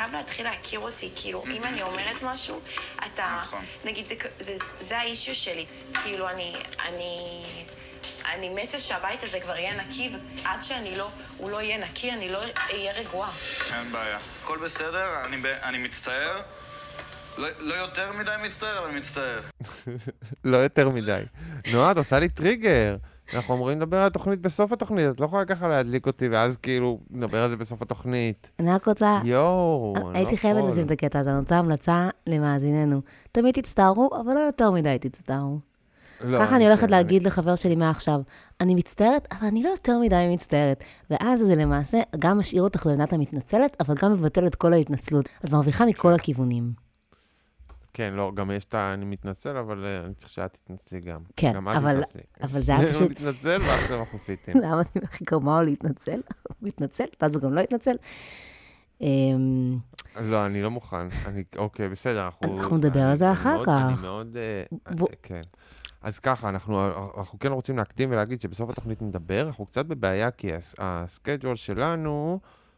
חייב להתחיל להכיר אותי, כאילו, אם אני אומרת משהו, אתה, נגיד, זה האישיו שלי, כאילו, אני מתה שהבית הזה כבר יהיה נקי, ועד הוא לא יהיה נקי, אני לא אהיה רגועה. אין בעיה. הכל בסדר, אני מצטער. לא יותר מדי מצטער, אבל מצטער. לא יותר מדי. נועה, את עושה לי טריגר. אנחנו אמורים לדבר על התוכנית בסוף התוכנית, את לא יכולה ככה להדליק אותי, ואז כאילו נדבר על זה בסוף התוכנית. אני רק רוצה... יואו, הייתי חייבת לשים את הקטע הזה, אני רוצה המלצה למאזיננו. תמיד תצטערו, אבל לא יותר מדי תצטערו. ככה אני הולכת להגיד לחבר שלי מעכשיו, אני מצטערת, אבל אני לא יותר מדי מצטערת. ואז זה למעשה גם משאיר אותך בעמדת המתנצלת, אבל גם מבטל את כל ההתנצלות. את מרוויחה מכל הכיוונים. כן, לא, גם יש את אני מתנצל, אבל אני צריך שאת תתנצלי גם. כן, אבל זה היה פשוט... אני מתנצל, ועכשיו אנחנו פיתים. למה אני הכי קרמה לו להתנצל? הוא מתנצל, ואז הוא גם לא יתנצל. לא, אני לא מוכן. אוקיי, בסדר, אנחנו נדבר על זה אחר כך. אני מאוד... כן. אז ככה, אנחנו כן רוצים להקדים ולהגיד שבסוף התוכנית נדבר, אנחנו קצת בבעיה, כי הסקייג'ול שלנו...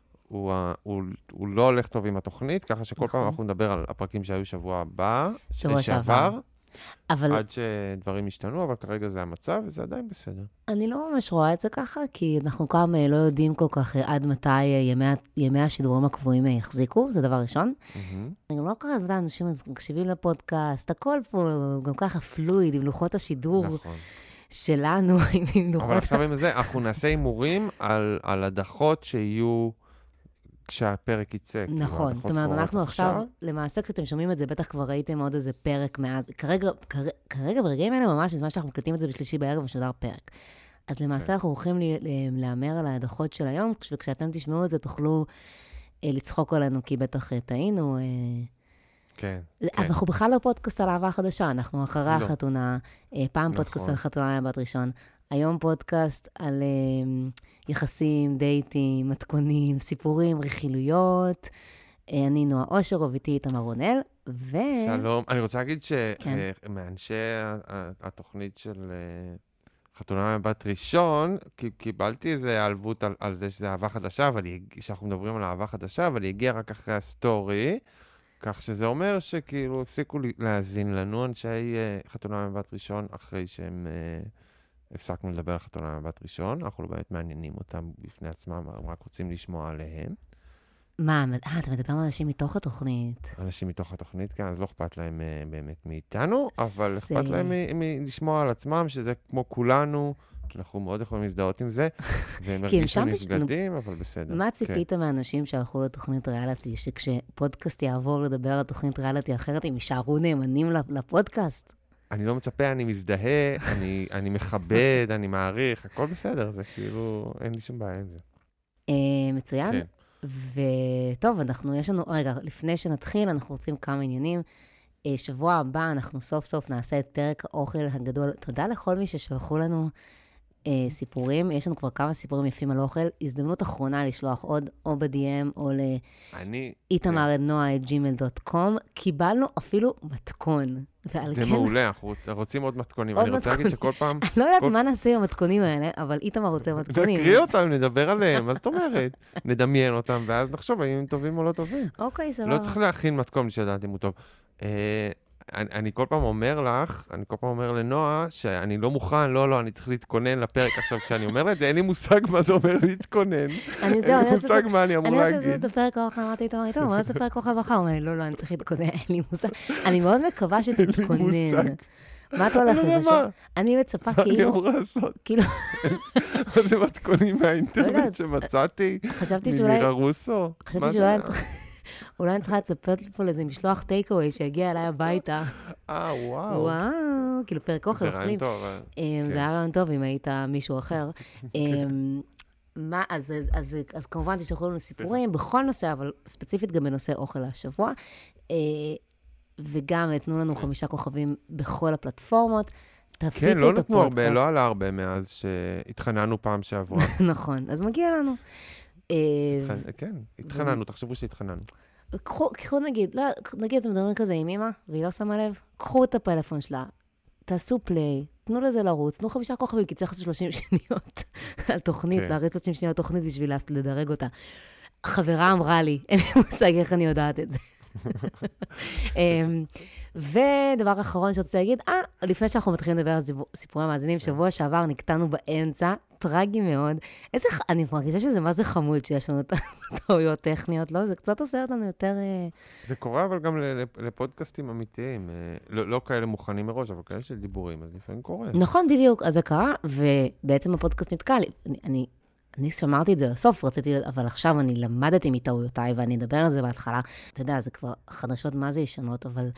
הוא לא הולך טוב עם התוכנית, ככה שכל פעם אנחנו נדבר על הפרקים שהיו שבוע הבא, שבוע שעבר, עד שדברים השתנו, אבל כרגע זה המצב, וזה עדיין בסדר. אני לא ממש רואה את זה ככה, כי אנחנו גם לא יודעים כל כך עד מתי ימי השידורים הקבועים יחזיקו, זה דבר ראשון. אני גם לא קוראת, אתה יודע, אנשים מקשיבים לפודקאסט, הכל פה גם ככה פלואיד, עם לוחות השידור. שלנו, עם לוחות... אבל עכשיו עם זה, אנחנו נעשה אימורים על הדחות שיהו כשהפרק יצא. נכון, זאת אומרת, אנחנו עכשיו, למעשה כשאתם שומעים את זה, בטח כבר ראיתם עוד איזה פרק מאז, כרגע ברגעים האלה ממש, בזמן שאנחנו מקלטים את זה בשלישי בערב, משודר פרק. אז למעשה אנחנו הולכים להאמר על ההדחות של היום, וכשאתם תשמעו את זה, תוכלו לצחוק עלינו, כי בטח טעינו. כן. אבל אנחנו בכלל לא פודקאסט על אהבה חדשה, אנחנו אחרי החתונה, פעם פודקאסט על חתונה בת ראשון, היום פודקאסט על יחסים, דייטים, מתכונים, סיפורים, רכילויות. אני נועה אושר, ואיתי איתמר רונל, שלום, אני רוצה להגיד שמאנשי התוכנית של חתונה בת ראשון, קיבלתי איזה העלבות על זה שזה אהבה חדשה, שאנחנו מדברים על אהבה חדשה, אבל היא הגיעה רק אחרי הסטורי, כך שזה אומר שכאילו הפסיקו להאזין לנו אנשי חתונה מבת ראשון, אחרי שהם הפסקנו לדבר על חתונה מבת ראשון, אנחנו לא באמת מעניינים אותם בפני עצמם, הם רק רוצים לשמוע עליהם. מה, אתה מדבר על אנשים מתוך התוכנית. אנשים מתוך התוכנית, כן, אז לא אכפת להם באמת מאיתנו, אבל אכפת להם לשמוע על עצמם, שזה כמו כולנו, אנחנו מאוד יכולים להזדהות עם זה, והם הרגישו נפגדים, אבל בסדר. מה ציפית מהאנשים שהלכו לתוכנית ריאליטי, שכשפודקאסט יעבור לדבר על תוכנית ריאליטי אחרת, הם יישארו נאמנים לפודקאסט? אני לא מצפה, אני מזדהה, אני מכבד, אני מעריך, הכל בסדר, זה כאילו, אין לי שום בעיה עם זה. מצוין. וטוב, יש לנו, רגע, לפני שנתחיל, אנחנו רוצים כמה עניינים. שבוע הבא אנחנו סוף סוף נעשה את פרק האוכל הגדול. תודה לכל מי ששלחו לנו סיפורים. יש לנו כבר כמה סיפורים יפים על אוכל. הזדמנות אחרונה לשלוח עוד, או ב-DM, או ל-itamar@noa@gmail.com. קיבלנו אפילו מתכון. זה מעולה, אנחנו רוצים עוד מתכונים. אני רוצה להגיד שכל פעם... אני לא יודעת מה נעשה עם המתכונים האלה, אבל איתמר רוצה מתכונים. נקריא אותם, נדבר עליהם, מה זאת אומרת? נדמיין אותם, ואז נחשוב האם הם טובים או לא טובים. אוקיי, סבבה. לא צריך להכין מתכון שידעת אם הוא טוב. אני כל פעם אומר לנועה, שאני לא מוכן, לא, אני צריך להתכונן לפרק עכשיו, כשאני אומר את זה, אין לי מושג מה זה אומר להתכונן. אין לי מושג מה אני אמור להגיד. אני רוצה את הפרק האוכל, אמרתי איתמר, טוב, אני רוצה את הפרק האוכל מחר, הוא אומר, לא, אני צריך להתכונן, אין לי מושג. אני מאוד מקווה שתתכונן. מה אתה הולך לבשל? אני מצפה כאילו... מה אני אמור לעשות? זה מתכונים מהאינטרנט שמצאתי? ממירה רוסו? חשבתי אולי אני צריכה לצפות פה לאיזה משלוח טייקווי שיגיע אליי הביתה. וואו. כאילו פרק אוכל אוכלים. זה היה רעיון טוב אם היית מישהו אחר. אז כמובן תשלחו לנו סיפורים בכל נושא, אבל ספציפית גם בנושא אוכל השבוע. וגם תנו לנו 5 כוכבים בכל הפלטפורמות. כן, לא נתנו הרבה, לא עלה הרבה מאז שהתחננו פעם שעברה. נכון, אז מגיע לנו. כן, התחננו, תחשבו שהתחננו. קחו נגיד אתם מדברים כזה עם אמא, והיא לא שמה לב, קחו את הפלאפון שלה, תעשו פליי, תנו לזה לרוץ, תנו 5 כוכבים, כי צריך 30 שניות על תוכנית, להריץ 30 שניות תוכנית בשביל לדרג אותה. חברה אמרה לי, אין לי מושג איך אני יודעת את זה. ודבר אחרון שרציתי להגיד, לפני שאנחנו מתחילים לדבר על סיפורי המאזינים, שבוע שעבר נקטענו באמצע, טרגי מאוד. אני מרגישה שזה מה זה חמוד שיש לנו טעויות טכניות, לא? זה קצת עושה אותנו יותר... זה קורה אבל גם לפודקאסטים אמיתיים, לא כאלה מוכנים מראש, אבל כאלה של דיבורים, אז לפעמים קורה. נכון, בדיוק, אז זה קרה, ובעצם הפודקאסט נתקע לי. אני שמרתי את זה לסוף, אבל עכשיו אני למדתי מטעויותיי, ואני אדבר על זה בהתחלה. אתה יודע, זה כבר חדשות מה זה ישנות, אבל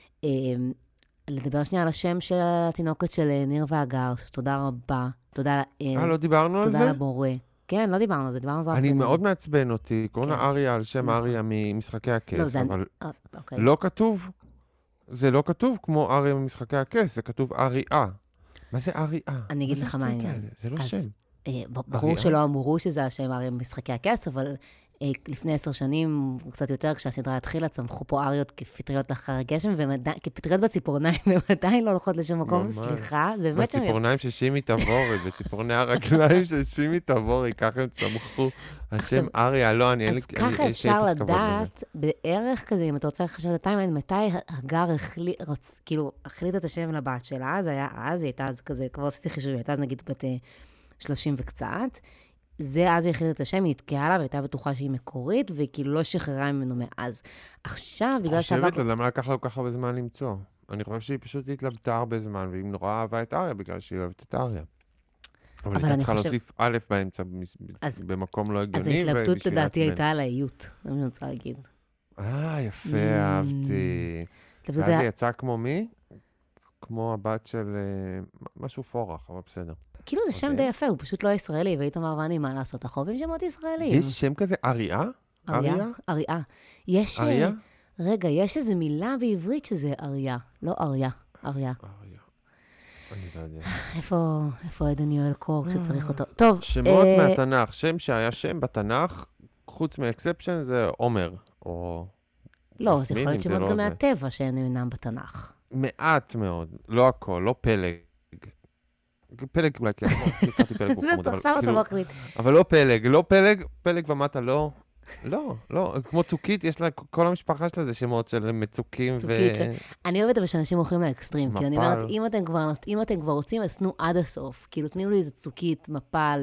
לדבר שנייה על השם של התינוקת של ניר והגר, תודה רבה, תודה לאל. לא דיברנו על זה? תודה לבורא. כן, לא דיברנו על זה, דיברנו על זה. אני מאוד מעצבן אותי, קוראים לה אריה על שם אריה ממשחקי הכס, אבל לא כתוב, זה לא כתוב כמו אריה ממשחקי הכס, זה כתוב אריה. מה זה אריה? אני אגיד לך מה העניין. זה לא שם. ברור שלא אמרו שזה השם אריה במשחקי הכס, אבל לפני 10 שנים, קצת יותר, כשהסדרה התחילה, צמחו פה אריות כפטריות לאחר הגשם, כפטריות בציפורניים, והן עדיין לא הולכות לשום מקום. סליחה, זה באמת שם... בציפורניים של שימי תבורי, בציפורני הרגליים של שימי תבורי, ככה הם צמחו. השם אריה, לא, אני... אז ככה אפשר לדעת, בערך כזה, אם אתה רוצה לחשב את הטיימליין, מתי הגר החליט את השם לבת שלה, זה היה אז, היא הייתה אז כזה, כבר עשיתי חישוב, היא הייתה אז נגיד בת 30 וקצת, זה אז היא החליטה את השם, היא התקעה לה, והייתה בטוחה שהיא מקורית, והיא כאילו לא שחררה ממנו מאז. עכשיו, בגלל שעבר... חושבת, למה לקח לו ככה בזמן למצוא? אני חושב שהיא פשוט התלבטה הרבה זמן, והיא נורא אהבה את אריה, בגלל שהיא אוהבת את אריה. אבל היא צריכה להוסיף א' באמצע, במקום לא הגיוני, אז ההתלבטות לדעתי הייתה על האיות, זה מה שאני רוצה להגיד. יפה, אהבתי. ואז היא יצאה כמו מי? כמו הבת של משהו פורח, אבל בסדר. כאילו זה שם די יפה, הוא פשוט לא ישראלי, והיית אומר, ואני, מה לעשות? אנחנו אוהבים שמות ישראלים. יש שם כזה אריה? אריה? אריה. יש... אריה? רגע, יש איזו מילה בעברית שזה אריה, לא אריה. אריה. אני לא יודע. איפה עדן יואל קור כשצריך אותו? טוב. שמות מהתנ"ך, שם שהיה שם בתנ"ך, חוץ מאקספשן זה עומר, או... לא, זה יכול להיות שמות גם מהטבע שאינם בתנ"ך. מעט מאוד, לא הכל, לא פלג. פלג אולי כן, קראתי פלג גוף חמוד, אבל לא פלג, פלג ומטה לא, כמו צוקית, יש לה, כל המשפחה שלה זה שמות של מצוקים אני אוהבת אבל שאנשים הולכים לאקסטרים, כי אני אומרת, אם אתם כבר רוצים, אז תנו עד הסוף, כאילו תנו לי איזה צוקית, מפל,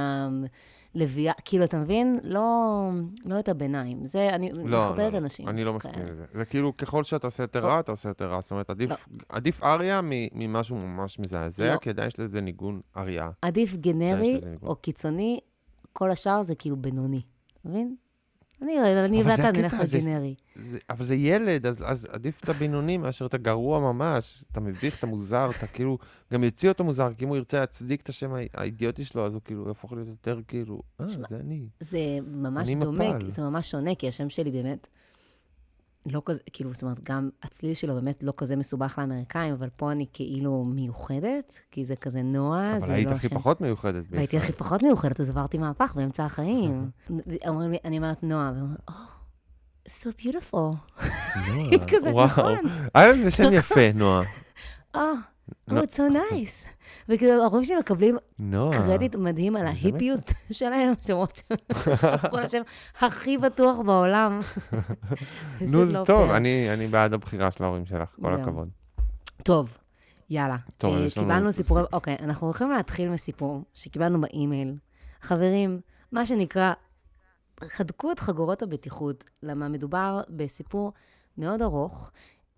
לוויה, כאילו, אתה מבין? לא את הביניים. זה, אני מכבדת אנשים. אני לא מסכים לזה. זה כאילו, ככל שאתה עושה יותר רע, אתה עושה יותר רע. זאת אומרת, עדיף אריה ממשהו ממש מזעזע, כי עדיין יש לזה ניגון אריה. עדיף גנרי או קיצוני, כל השאר זה כאילו בינוני. מבין? אני ואתה נלך לגנרי. אבל זה ילד, אז עדיף את הבינוני מאשר את הגרוע ממש. אתה מביך את המוזר, אתה כאילו, גם יוציא אותו מוזר, כי אם הוא ירצה להצדיק את השם האידיוטי שלו, אז הוא כאילו יהפוך להיות יותר כאילו, זה אני. זה ממש דומה, זה ממש שונה, כי השם שלי באמת לא כזה, כאילו, זאת אומרת, גם הצליל שלו באמת לא כזה מסובך לאמריקאים, אבל פה אני כאילו מיוחדת, כי זה כזה נועה. אבל היית הכי פחות מיוחדת בישראל. הייתי הכי פחות מיוחדת, אז עברתי מהפך באמצע החיים. אומרים לי, אני אומרת נועה, ואומרים, so beautiful. נועה, וואו. זה שם יפה, נועה. Oh, it's so nice. וכאילו, הרוב שמקבלים קרדיט מדהים על ההיפיות שלהם, שאומרות שכל השם הכי בטוח בעולם. נו, זה טוב, אני בעד הבחירה של ההורים שלך, כל הכבוד. טוב, יאללה. קיבלנו סיפורים, אוקיי, אנחנו הולכים להתחיל מסיפור שקיבלנו באימייל. חברים, מה שנקרא, חדקו את חגורות הבטיחות, למה מדובר בסיפור מאוד ארוך,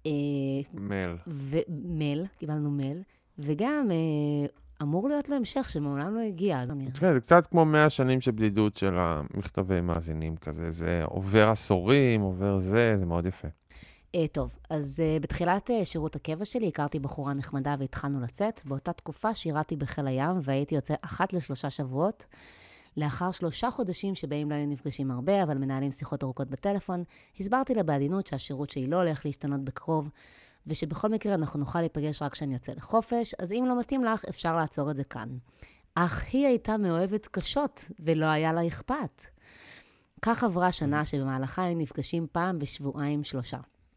מייל, קיבלנו מייל, וגם אמור להיות לו המשך שמעולם לא הגיע. זה קצת כמו 100 שנים של בדידות של המכתבי מאזינים כזה, זה עובר עשורים, עובר זה מאוד יפה. טוב, אז בתחילת שירות הקבע שלי הכרתי בחורה נחמדה והתחלנו לצאת. באותה תקופה שירתי בחיל הים והייתי יוצא 1 ל3 שבועות. לאחר 3 חודשים שבהם לא היו נפגשים הרבה, אבל מנהלים שיחות ארוכות בטלפון, הסברתי לה בעדינות שהשירות שלי לא הולך להשתנות בקרוב, ושבכל מקרה אנחנו נוכל להיפגש רק כשאני יוצא לחופש, אז אם לא מתאים לך, אפשר לעצור את זה כאן. אך היא הייתה מאוהבת קשות, ולא היה לה אכפת. כך עברה שנה שבמהלכה היו נפגשים פעם בשבועיים 3.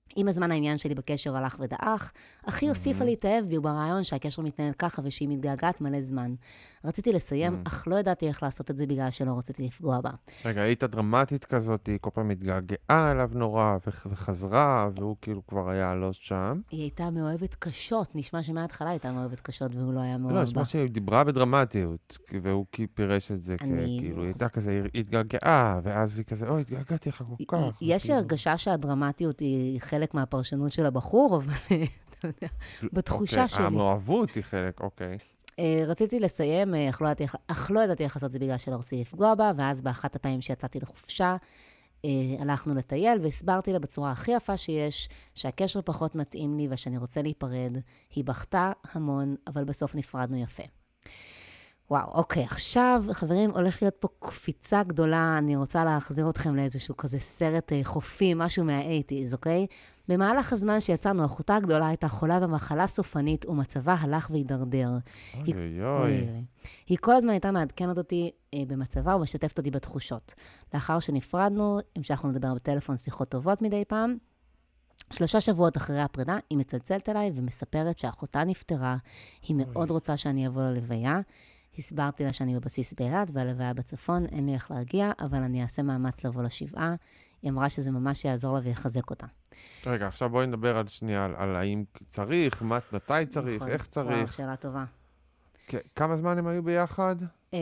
עם הזמן העניין שלי בקשר הלך ודעך, אחי הוסיפה להתאהב בי ברעיון שהקשר מתנהל ככה ושהיא מתגעגעת מלא זמן. רציתי לסיים, אך לא ידעתי איך לעשות את זה בגלל שלא רציתי לפגוע בה. רגע, היית דרמטית כזאת, היא כל פעם מתגעגעה אליו נורא, וחזרה, והוא כאילו כבר היה לא שם. היא הייתה מאוהבת קשות, נשמע שמההתחלה הייתה מאוהבת קשות, והוא לא היה מאוהב בה. לא, נשמע שהיא דיברה בדרמטיות, והוא פירש את זה כאילו, היא הייתה כזה, היא התגעגעה, ואז היא כזה, אוי, התגעגעתי לך כל כך. יש לי הרגשה שהדרמטיות היא חלק מהפרשנות של הבחור, אבל בתחושה שלי. המאוהבות היא חלק, אוקיי. רציתי לסיים, אך לא ידעתי איך לעשות את זה בגלל שלא רציתי לפגוע בה, ואז באחת הפעמים שיצאתי לחופשה, הלכנו לטייל, והסברתי לה בצורה הכי יפה שיש, שהקשר פחות מתאים לי ושאני רוצה להיפרד. היא בכתה המון, אבל בסוף נפרדנו יפה. וואו, אוקיי, עכשיו, חברים, הולך להיות פה קפיצה גדולה, אני רוצה להחזיר אתכם לאיזשהו כזה סרט חופי, משהו מה-80s, אוקיי? במהלך הזמן שיצאנו, אחותה הגדולה הייתה חולה במחלה סופנית, ומצבה הלך והידרדר. אוי. היא כל הזמן הייתה מעדכנת אותי במצבה, ומשתפת אותי בתחושות. לאחר שנפרדנו, המשכנו לדבר בטלפון שיחות טובות מדי פעם. 3 שבועות אחרי הפרידה, היא מצלצלת אליי ומספרת שאחותה נפטרה, היא מאוד רוצה שאני אבוא ללוויה. הסברתי לה שאני בבסיס באילת והלוויה בצפון, אין לי איך להגיע, אבל אני אעשה מאמץ לבוא לשבעה. היא אמרה שזה ממש יעזור לה ויחזק אותה. רגע, עכשיו בואי נדבר על שנייה, על האם צריך, מתי צריך, איך צריך. וואו, שאלה טובה. כמה זמן הם היו ביחד?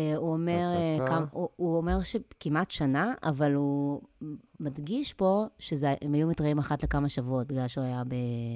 הוא אומר שכמעט שנה, אבל הוא מדגיש פה שהם היו מתראים אחת לכמה שבועות, בגלל שהוא היה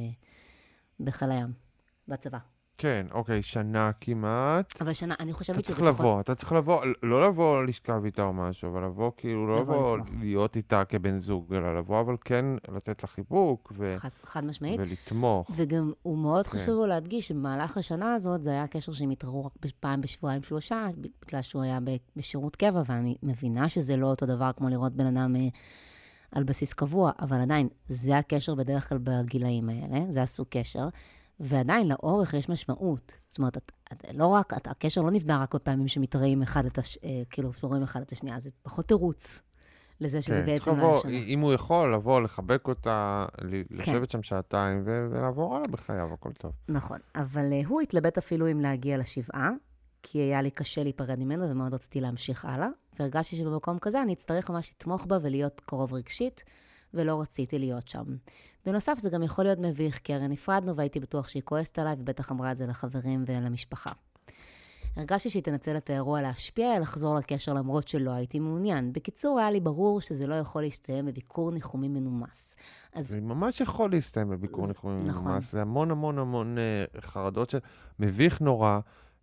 בחיל הים, בצבא. כן, אוקיי, שנה כמעט. אבל שנה, אני חושבת שזה פחות. אתה צריך לבוא, לא לבוא לשכב איתה או משהו, אבל לבוא כאילו, לא לבוא להיות איתה כבן זוג, אלא לבוא, אבל כן לתת לה חיבוק חד משמעית. ולתמוך. וגם הוא מאוד חשוב לו להדגיש שבמהלך השנה הזאת, זה היה קשר שהם התראו רק פעם בשבועיים 3, בגלל שהוא היה בשירות קבע, ואני מבינה שזה לא אותו דבר כמו לראות בן אדם על בסיס קבוע, אבל עדיין, זה הקשר בדרך כלל בגילאים האלה, זה הסוג קשר. ועדיין לאורך יש משמעות. זאת אומרת, לא רק, הקשר לא נבנה רק בפעמים שמתראים כאילו שרואים אחד את השנייה, זה פחות תירוץ לזה שזה בעצם לא ישנה. אם הוא יכול לבוא, לחבק אותה, לשבת שם שעתיים ולעבור הלאה בחייו, הכל טוב. נכון, אבל הוא התלבט אפילו אם להגיע לשבעה, כי היה לי קשה להיפרד ממנו ומאוד רציתי להמשיך הלאה, והרגשתי שבמקום כזה אני אצטרך ממש לתמוך בה ולהיות קרוב רגשית, ולא רציתי להיות שם. בנוסף, זה גם יכול להיות מביך, כי הרי נפרדנו והייתי בטוח שהיא כועסת עליי, ובטח אמרה את זה לחברים ולמשפחה. הרגשתי שהיא תנצל את האירוע להשפיע, לחזור לקשר למרות שלא הייתי מעוניין. בקיצור, היה לי ברור שזה לא יכול להסתיים בביקור ניחומים מנומס. זה ממש יכול להסתיים בביקור ניחומים מנומס. זה המון המון המון חרדות של מביך נורא.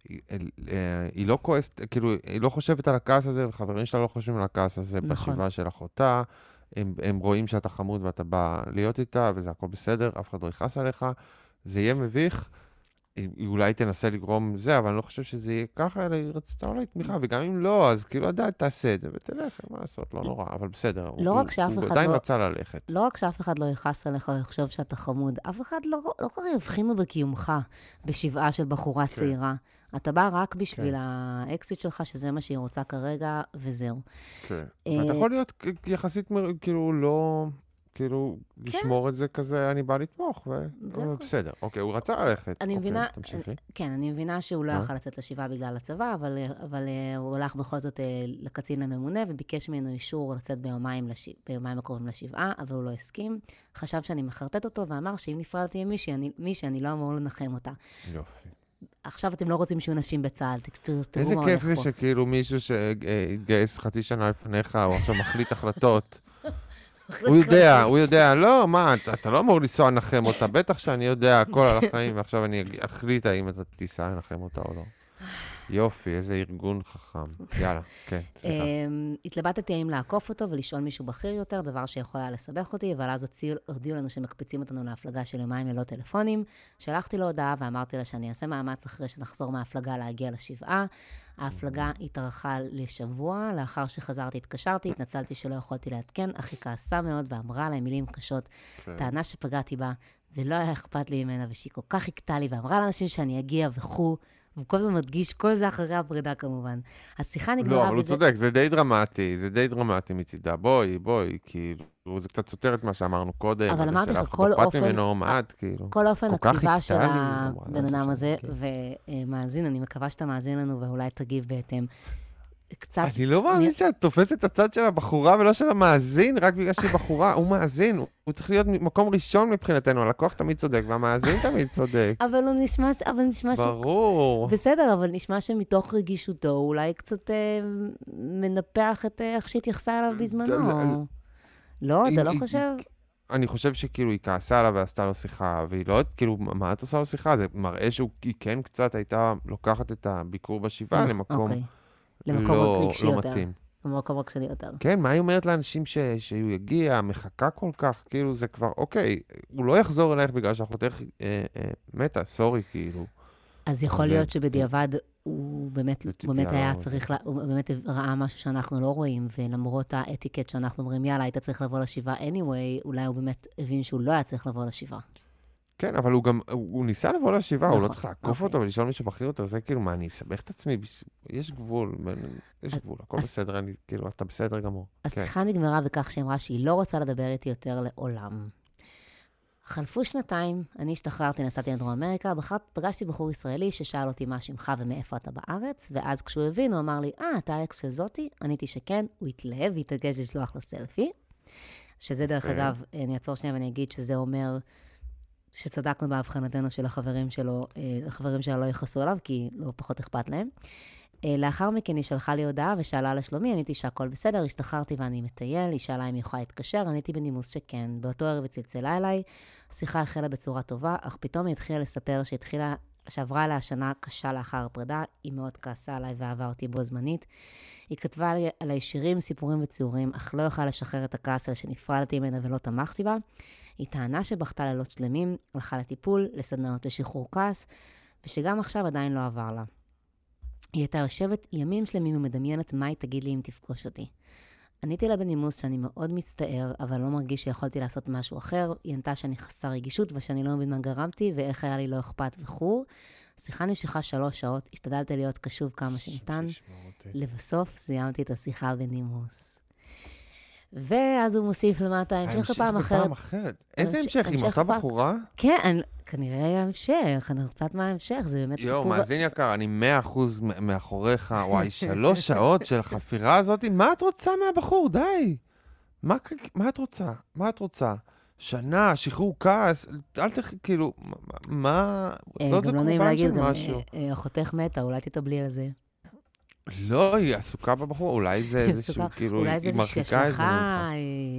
היא לא כועסת, כאילו, היא לא חושבת על הכעס הזה, וחברים שלה לא חושבים על הכעס הזה בשבעה של אחותה. הם רואים שאתה חמוד ואתה בא להיות איתה, וזה הכל בסדר, אף אחד לא יכעס עליך. זה יהיה מביך, היא אולי תנסה לגרום זה, אבל אני לא חושב שזה יהיה ככה, אלא היא רצתה אולי תמיכה, וגם אם לא, אז כאילו עדיין תעשה את זה, ותלך, מה לעשות, לא נורא, אבל בסדר, הוא עדיין רצה ללכת. לא רק שאף אחד לא יכעס עליך, הוא חושב שאתה חמוד, אף אחד לא קורא הבחינו בקיומך בשבעה של בחורה צעירה. אתה בא רק בשביל האקסיט שלך, שזה מה שהיא רוצה כרגע, וזהו. כן. ואתה יכול להיות יחסית, כאילו, לא, כאילו, לשמור את זה כזה, אני בא לתמוך, ובסדר. אוקיי, הוא רצה ללכת. אני מבינה, כן, אני מבינה שהוא לא יכל לצאת לשבעה בגלל הצבא, אבל הוא הלך בכל זאת לקצין הממונה, וביקש ממנו אישור לצאת ביומיים הקרובים לשבעה, אבל הוא לא הסכים. חשב שאני מחרטט אותו, ואמר שאם נפרדתי עם מישהי, אני לא אמור לנחם אותה. יופי. עכשיו אתם לא רוצים שיהיו נשים בצה"ל, תראו מה הולך פה. איזה כיף זה שכאילו מישהו שהתגייס חצי שנה לפניך, או עכשיו מחליט החלטות. הוא יודע, לא, מה, אתה לא אמור לנסוע לנחם אותה, בטח שאני יודע הכל על החיים, ועכשיו אני אחליט האם אתה תיסע לנחם אותה או לא. יופי, איזה ארגון חכם. יאללה, כן, סליחה. התלבטתי האם לעקוף אותו ולשאול מישהו בכיר יותר, דבר שיכול היה לסבך אותי, אבל אז הודיעו לנו שמקפיצים אותנו להפלגה של יומיים ללא טלפונים. שלחתי לו הודעה ואמרתי לה שאני אעשה מאמץ אחרי שנחזור מההפלגה להגיע לשבעה. ההפלגה התארכה לשבוע, לאחר שחזרתי התקשרתי, התנצלתי שלא יכולתי לעדכן, אך היא כעסה מאוד ואמרה להם מילים קשות, טענה שפגעתי בה, ולא היה אכפת לי ממנה, ושהיא כל כך חיכתה לי, ואמרה לאנשים שאני אגיע וכו', הוא כל הזמן מדגיש, כל זה אחרי הפרידה כמובן. השיחה נגמרה לא, אבל הוא צודק, זה די דרמטי מצידה. בואי, כאילו, זה קצת סותר את מה שאמרנו קודם. אבל אמרתי לך, כל אופן הכתיבה של הבן אדם הזה, ומאזין, אני מקווה שאתה מאזין לנו, ואולי תגיב בהתאם. אני לא מאמין שאת תופסת את הצד של הבחורה ולא של המאזין, רק בגלל שהיא בחורה, הוא מאזין, הוא צריך להיות מקום ראשון מבחינתנו, הלקוח תמיד צודק, והמאזין תמיד צודק. אבל נשמע ברור. בסדר, אבל נשמע שמתוך רגישותו, אולי קצת מנפח את איך שהתייחסה אליו בזמנו. לא, אתה לא חושב? אני חושב שכאילו היא כעסה עליו ועשתה לו שיחה, והיא לא, כאילו, מה את עושה לו שיחה? זה מראה שהיא כן קצת הייתה לוקחת את הביקור בשבעה למקום לא מתאים. למקום רגשי יותר. כן, מה היא אומרת לאנשים שהוא יגיע, מחכה כל כך, כאילו זה כבר, אוקיי, הוא לא יחזור אלייך בגלל שאחותך מתה, סורי, כאילו. אז יכול להיות שבדיעבד הוא באמת היה צריך, הוא באמת ראה משהו שאנחנו לא רואים, ולמרות האתיקט שאנחנו אומרים, יאללה, היית צריך לבוא לשבעה anyway, אולי הוא באמת הבין שהוא לא היה צריך לבוא לשבעה. כן, אבל הוא גם, הוא ניסה לבוא לשבעה, הוא לא צריך לעקוף אותו ולשאול מי שבחיר אותו, זה כאילו, מה, אני אסבך את עצמי? יש גבול, הכל בסדר, כאילו, אתה בסדר גמור. השיחה נגמרה בכך שאמרה שהיא לא רוצה לדבר איתי יותר לעולם. חלפו 2 אני השתחררתי, נסעתי לדרום אמריקה, פגשתי בחור ישראלי ששאל אותי מה שמך ומאיפה אתה בארץ, ואז כשהוא הבין, הוא אמר לי, אתה האקס של זאתי? עניתי שכן, הוא התלהב והתרגש לשלוח לסלפי, שזה דרך אגב, אני אעצור שנייה ואני אגיד שזה אומר שצדקנו בהבחנתנו של החברים שלו לא יחסו עליו, כי לא פחות אכפת להם. לאחר מכן היא שלחה לי הודעה ושאלה לשלומי, עניתי שהכל בסדר, השתחררתי ואני מטייל, היא שאלה אם היא יכולה להתקשר, עניתי בנימוס שכן. באותו ערב צלצלה אליי, השיחה החלה בצורה טובה, אך פתאום היא התחילה לספר שעברה לה השנה קשה לאחר הפרידה, היא מאוד כעסה עליי ואהבה אותי בו זמנית. היא כתבה עליי שירים, סיפורים וציורים, אך לא יכולה לשחרר את הכעס על שנפרדתי ממנה ולא תמכתי בה. היא טענה שבכתה לילות שלמים, הלכה לטיפול, לסדנאות לשחרור כעס, ושגם עכשיו עדיין לא עבר לה. היא הייתה יושבת ימים שלמים ומדמיינת מה היא תגיד לי אם תפגוש אותי. עניתי לה בנימוס שאני מאוד מצטער, אבל לא מרגיש שיכולתי לעשות משהו אחר. היא ענתה שאני חסר רגישות ושאני לא מבין מה גרמתי ואיך היה לי לא אכפת וכו'. השיחה נמשכה 3 שעות, השתדלתי להיות קשוב כמה שניתן. לבסוף סיימתי את השיחה בנימוס. ואז הוא מוסיף למטה, המשך בפעם אחרת. איזה המשך? עם אותה בחורה? כן, כנראה היה המשך, אני רוצה לדעת מה ההמשך, זה באמת סיפור... מאזין יקר, אני 100% מאחוריך, וואי, 3 שעות של החפירה הזאת, מה את רוצה מהבחור? די! מה את רוצה? מה את רוצה? שנה, שחרור כעס, אל כאילו, מה... לא זה קורבן של משהו. אחותך מתה, אולי תתאבלי על זה. לא, היא עסוקה בבחור, אולי זה איזשהו, כאילו, היא מרחיקה איזה ממך.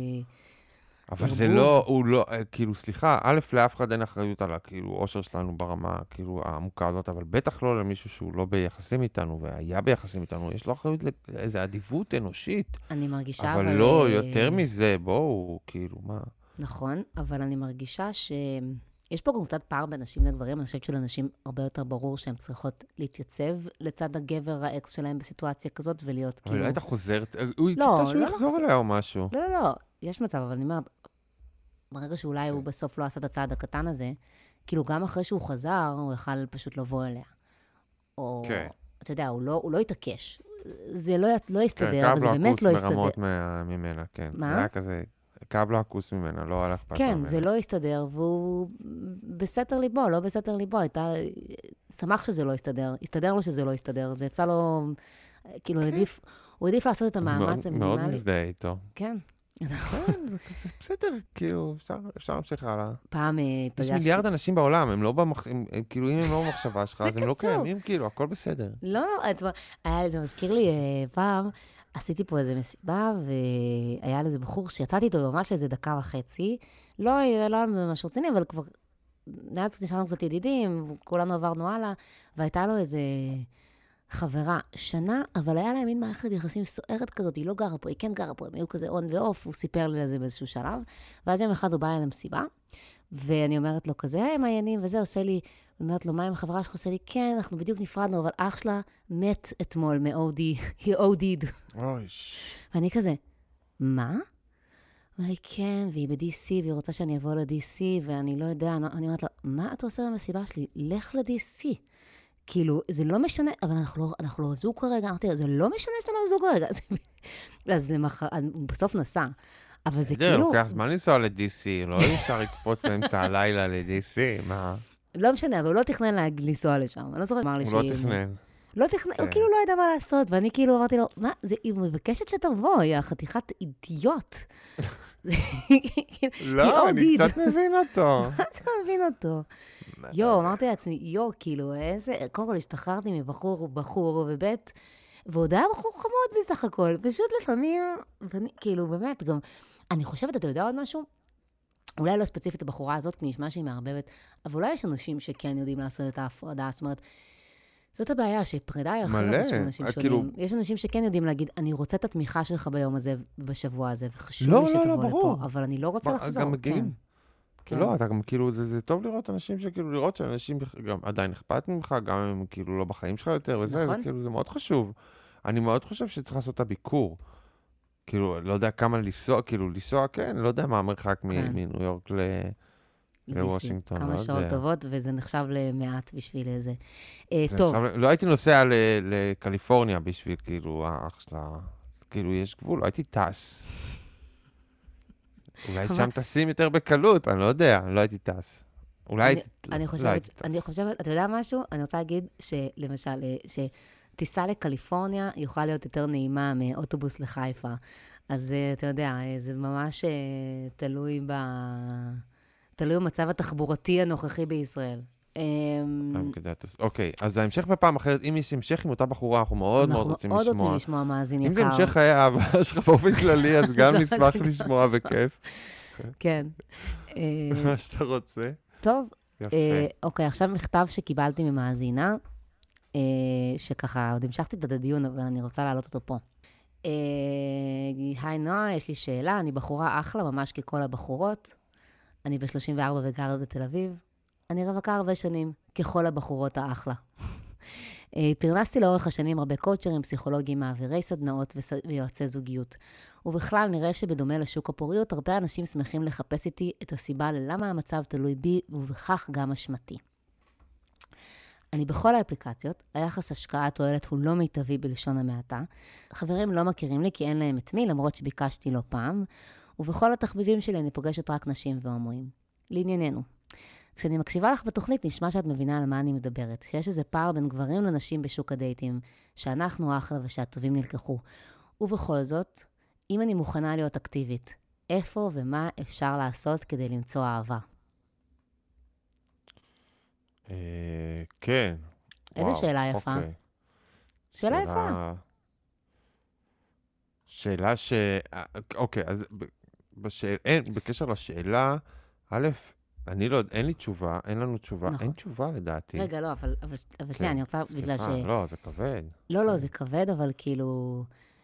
אבל זה לא, הוא לא, כאילו, סליחה, א', לאף אחד אין אחריות על, כאילו, אושר שלנו ברמה, כאילו, העמוקה הזאת, אבל בטח לא למישהו שהוא לא ביחסים איתנו, והיה ביחסים איתנו, יש לו אחריות לאיזו עדיבות אנושית. אני מרגישה, אבל לא, יותר מזה, בואו, כאילו, מה? נכון, אבל אני מרגישה יש פה גם קצת פער בין נשים לגברים, אני חושבת שלנשים הרבה יותר ברור שהן צריכות להתייצב לצד הגבר האקס שלהם בסיטואציה כזאת, ולהיות כאילו... אבל לא הייתה חוזרת, הוא הציטה שהוא יחזור אליה או משהו. לא, יש מצב, אבל אני אומרת, ברגע שאולי הוא בסוף לא עשה את הצעד הקטן הזה, כאילו גם אחרי שהוא חזר, הוא יכל פשוט לבוא אליה. או, אתה יודע, הוא לא התעקש. זה לא יסתדר, וזה באמת לא יסתדר. כאב לו עקוס מרמות ממנה, כן. מה? זה היה כזה... כאב לו עקוס ממנה, לא הלך פתע ממנה. כן, זה לא יסתדר, והוא בסתר ליבו, לא בסתר ליבו, שמח שזה לא יסתדר, הסתדר לו שזה לא יסתדר, זה יצא לו, כאילו, הוא העדיף לעשות את המאמץ המינימלי. מאוד מזדהה איתו. כן. כן, זה בסדר, כאילו, אפשר להמשיך הלאה. פעם יש מיליארד אנשים בעולם, הם לא כאילו, אם הם לא במחשבה שלך, אז הם לא קיימים, כאילו, הכל בסדר. לא, זה מזכיר לי פעם, עשיתי פה איזו מסיבה, והיה לזה בחור שיצאתי איתו ממש איזה 1.5 דקות. לא ממש רציני, אבל כבר נעץ נשארנו קצת ידידים, כולנו עברנו הלאה, והייתה לו איזה חברה שנה, אבל היה להם מין מערכת יחסים סוערת כזאת, היא לא גרה פה, היא כן גרה פה, הם היו כזה און ואוף, הוא סיפר לי על זה באיזשהו שלב, ואז יום אחד הוא בא אליי למסיבה, ואני אומרת לו כזה, הם העניינים, וזה עושה לי, אני אומרת לו, מה עם החברה שלך? עושה לי, כן, אנחנו בדיוק נפרדנו, אבל אח שלה מת אתמול מ-OD, היא OD'd. ואני כזה, מה? ואני, כן, והיא ב-DC, והיא רוצה שאני אבוא ל-DC, ואני לא יודע, אני אומרת לו, מה אתה עושה במסיבה שלי? לך ל-DC. כאילו, זה לא משנה, אבל אנחנו לא זוג כרגע, אמרתי, זה לא משנה שאתה לא זוג כרגע. אז בסוף נסע. אבל זה כאילו... לוקח זמן לנסוע ל-DC, לא אפשר לקפוץ באמצע הלילה ל-DC, מה? לא משנה, אבל הוא לא תכנן לנסוע לשם. אני לא זוכרת, אמר לי הוא לא תכנן. לא תכנן, הוא כאילו לא ידע מה לעשות, ואני כאילו אמרתי לו, מה, היא מבקשת שתבוא, היא החתיכת אידיוט. לא, אני קצת מבין אותו. מה אתה מבין אותו? אמרתי לעצמי, כאילו, קודם כל השתחררתי מבחור, ובית, ועוד היה בחור חמוד בסך הכל, פשוט לפעמים, כאילו, באמת, גם, אני חושבת, אתה יודע עוד משהו? אולי לא ספציפית הבחורה הזאת, כי נשמע שהיא מערבבת, אבל אולי יש אנשים שכן יודעים לעשות את ההפרדה, זאת אומרת, זאת הבעיה, שפרידה היא אחרת של אנשים שונים. יש אנשים שכן יודעים להגיד, אני רוצה את התמיכה שלך ביום הזה, בשבוע הזה, וחשוב לי שתבוא לפה, אבל אני לא רוצה לחזור. גם מגיעים. לא, אתה גם כאילו, זה טוב לראות אנשים שכאילו, לראות שאנשים גם עדיין אכפת ממך, גם הם כאילו לא בחיים שלך יותר, וזה, זה מאוד חשוב. אני מאוד חושב שצריך לעשות את הביקור. כאילו, לא יודע כמה לנסוע, כאילו, לנסוע, כן, לא יודע מה המרחק מניו יורק לוושינגטון. כמה שעות טובות, וזה נחשב למעט בשביל איזה. טוב. לא הייתי נוסע לקליפורניה בשביל, כאילו, האח שלה, כאילו, יש גבול, לא הייתי טס. אולי שם טסים יותר בקלות, אני לא יודע, לא הייתי טס. אני חושבת, אתה יודע משהו? אני רוצה להגיד שלמשל, שטיסה לקליפורניה יכולה להיות יותר נעימה מאוטובוס לחיפה. אז אתה יודע, זה ממש תלוי במצב התחבורתי הנוכחי בישראל. אוקיי, אז ההמשך בפעם אחרת, אם יש המשך עם אותה בחורה, אנחנו מאוד מאוד רוצים לשמוע. אנחנו מאוד רוצים לשמוע מאזין יקר. אם זה המשך חיי האהבה שלך באופן כללי, אז גם נשמח לשמוע בכיף. כן. מה שאתה רוצה. טוב. אוקיי, עכשיו מכתב שקיבלתי ממאזינה, שככה, עוד המשכתי את הדיון, אבל אני רוצה להעלות אותו פה. היי נועה, יש לי שאלה, אני בחורה אחלה, ממש ככל הבחורות. אני ב-34 וגרת בתל אביב. אני רווקה הרבה שנים, ככל הבחורות האחלה. פרנסתי לאורך השנים הרבה קואוצ'רים, פסיכולוגים, מעבירי סדנאות ויועצי זוגיות. ובכלל נראה שבדומה לשוק הפוריות, הרבה אנשים שמחים לחפש איתי את הסיבה ללמה המצב תלוי בי, ובכך גם אשמתי. אני בכל האפליקציות, היחס השקעה תועלת הוא לא מיטבי בלשון המעטה. חברים לא מכירים לי כי אין להם את מי, למרות שביקשתי לא פעם, ובכל התחביבים שלי אני פוגשת רק נשים והומואים. לענייננו. כשאני מקשיבה לך בתוכנית, נשמע שאת מבינה על מה אני מדברת. שיש איזה פער בין גברים לנשים בשוק הדייטים, שאנחנו אחלה ושהטובים נלקחו. ובכל זאת, אם אני מוכנה להיות אקטיבית, איפה ומה אפשר לעשות כדי למצוא אהבה? כן. איזה שאלה יפה. שאלה יפה. שאלה אוקיי, אז בקשר לשאלה, א', אני לא, אין לי תשובה, אין לנו תשובה, אין תשובה לדעתי. רגע, לא, אבל שנייה, אני רוצה בגלל ש... לא, זה כבד. לא, זה כבד, אבל כאילו...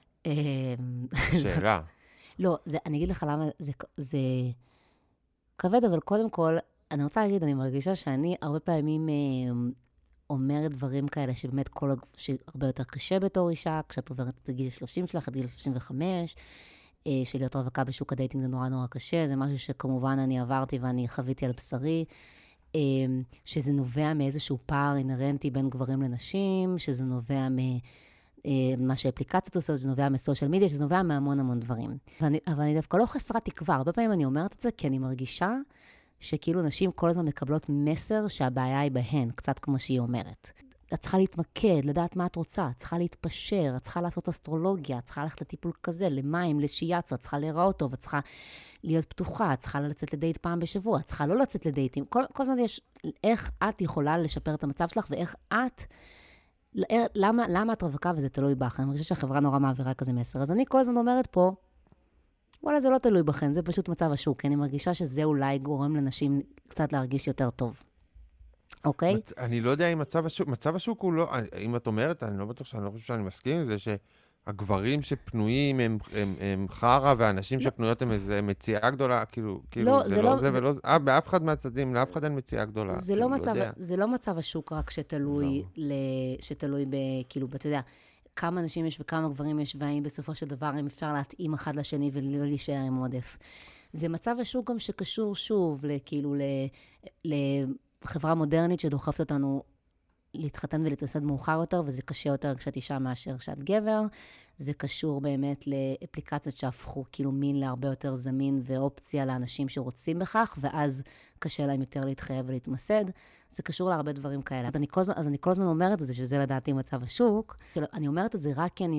שאלה. לא, אני אגיד לך למה זה כבד, אבל קודם כל, אני רוצה להגיד, אני מרגישה שאני הרבה פעמים אומרת דברים כאלה שבאמת שהרבה יותר קשה בתור אישה, כשאת עוברת את הגיל 30 שלך, את גיל 35, שלהיות רווקה בשוק הדייטינג זה נורא נורא קשה, זה משהו שכמובן אני עברתי ואני חוויתי על בשרי, שזה נובע מאיזשהו פער אינרנטי בין גברים לנשים, שזה נובע מה שאפליקציות עושות, שזה נובע מסושיאל מדיה, שזה נובע מהמון המון דברים. אבל אני דווקא לא חסרת תקווה, הרבה פעמים אני אומרת את זה כי אני מרגישה שכאילו נשים כל הזמן מקבלות מסר שהבעיה היא בהן, קצת כמו שהיא אומרת. את צריכה להתמקד, לדעת מה את רוצה, את צריכה להתפשר, את צריכה לעשות אסטרולוגיה, את צריכה ללכת לטיפול כזה, למים, לשיאצו, את צריכה להיראות טוב, את צריכה להיות פתוחה, את צריכה לצאת לדייט פעם בשבוע, את צריכה לא לצאת לדייטים. כל הזמן יש איך את יכולה לשפר את המצב שלך, ואיך את, למה את רווקה וזה תלוי בך. אני מרגישה שהחברה נורא מעבירה כזה מסר. אז אני כל הזמן אומרת פה, וואלה, זה לא תלוי בכן, זה פשוט מצב השוק, כי אני מרגישה שזה אולי גורם לנשים קצת להרגיש יותר טוב. אוקיי? אני לא יודע אם מצב השוק הוא לא, אם את אומרת, אני לא בטוח שאני לא חושב שאני מסכים עם זה, שהגברים שפנויים הם חרה, והאנשים שפנויות הם איזה מציאה גדולה, כאילו, זה לא זה ולא, באף אחד מהצדדים, לאף אחד אין מציאה גדולה. זה לא מצב השוק רק שתלוי כאילו, אתה יודע, כמה אנשים יש וכמה גברים יש, והאם בסופו של דבר אם אפשר להתאים אחד לשני ולא להישאר עם עודף. זה מצב השוק גם שקשור שוב, כאילו, לחברה מודרנית שדוחפת אותנו להתחתן ולהתנסד מאוחר יותר, וזה קשה יותר כשאת אישה מאשר כשאת גבר. זה קשור באמת לאפליקציות שהפכו כאילו מין להרבה יותר זמין ואופציה לאנשים שרוצים בכך, ואז קשה להם יותר להתחייב ולהתמסד. זה קשור להרבה דברים כאלה. אז אני כל הזמן אומרת את זה, שזה לדעתי מצב השוק. אני אומרת את זה רק כי אני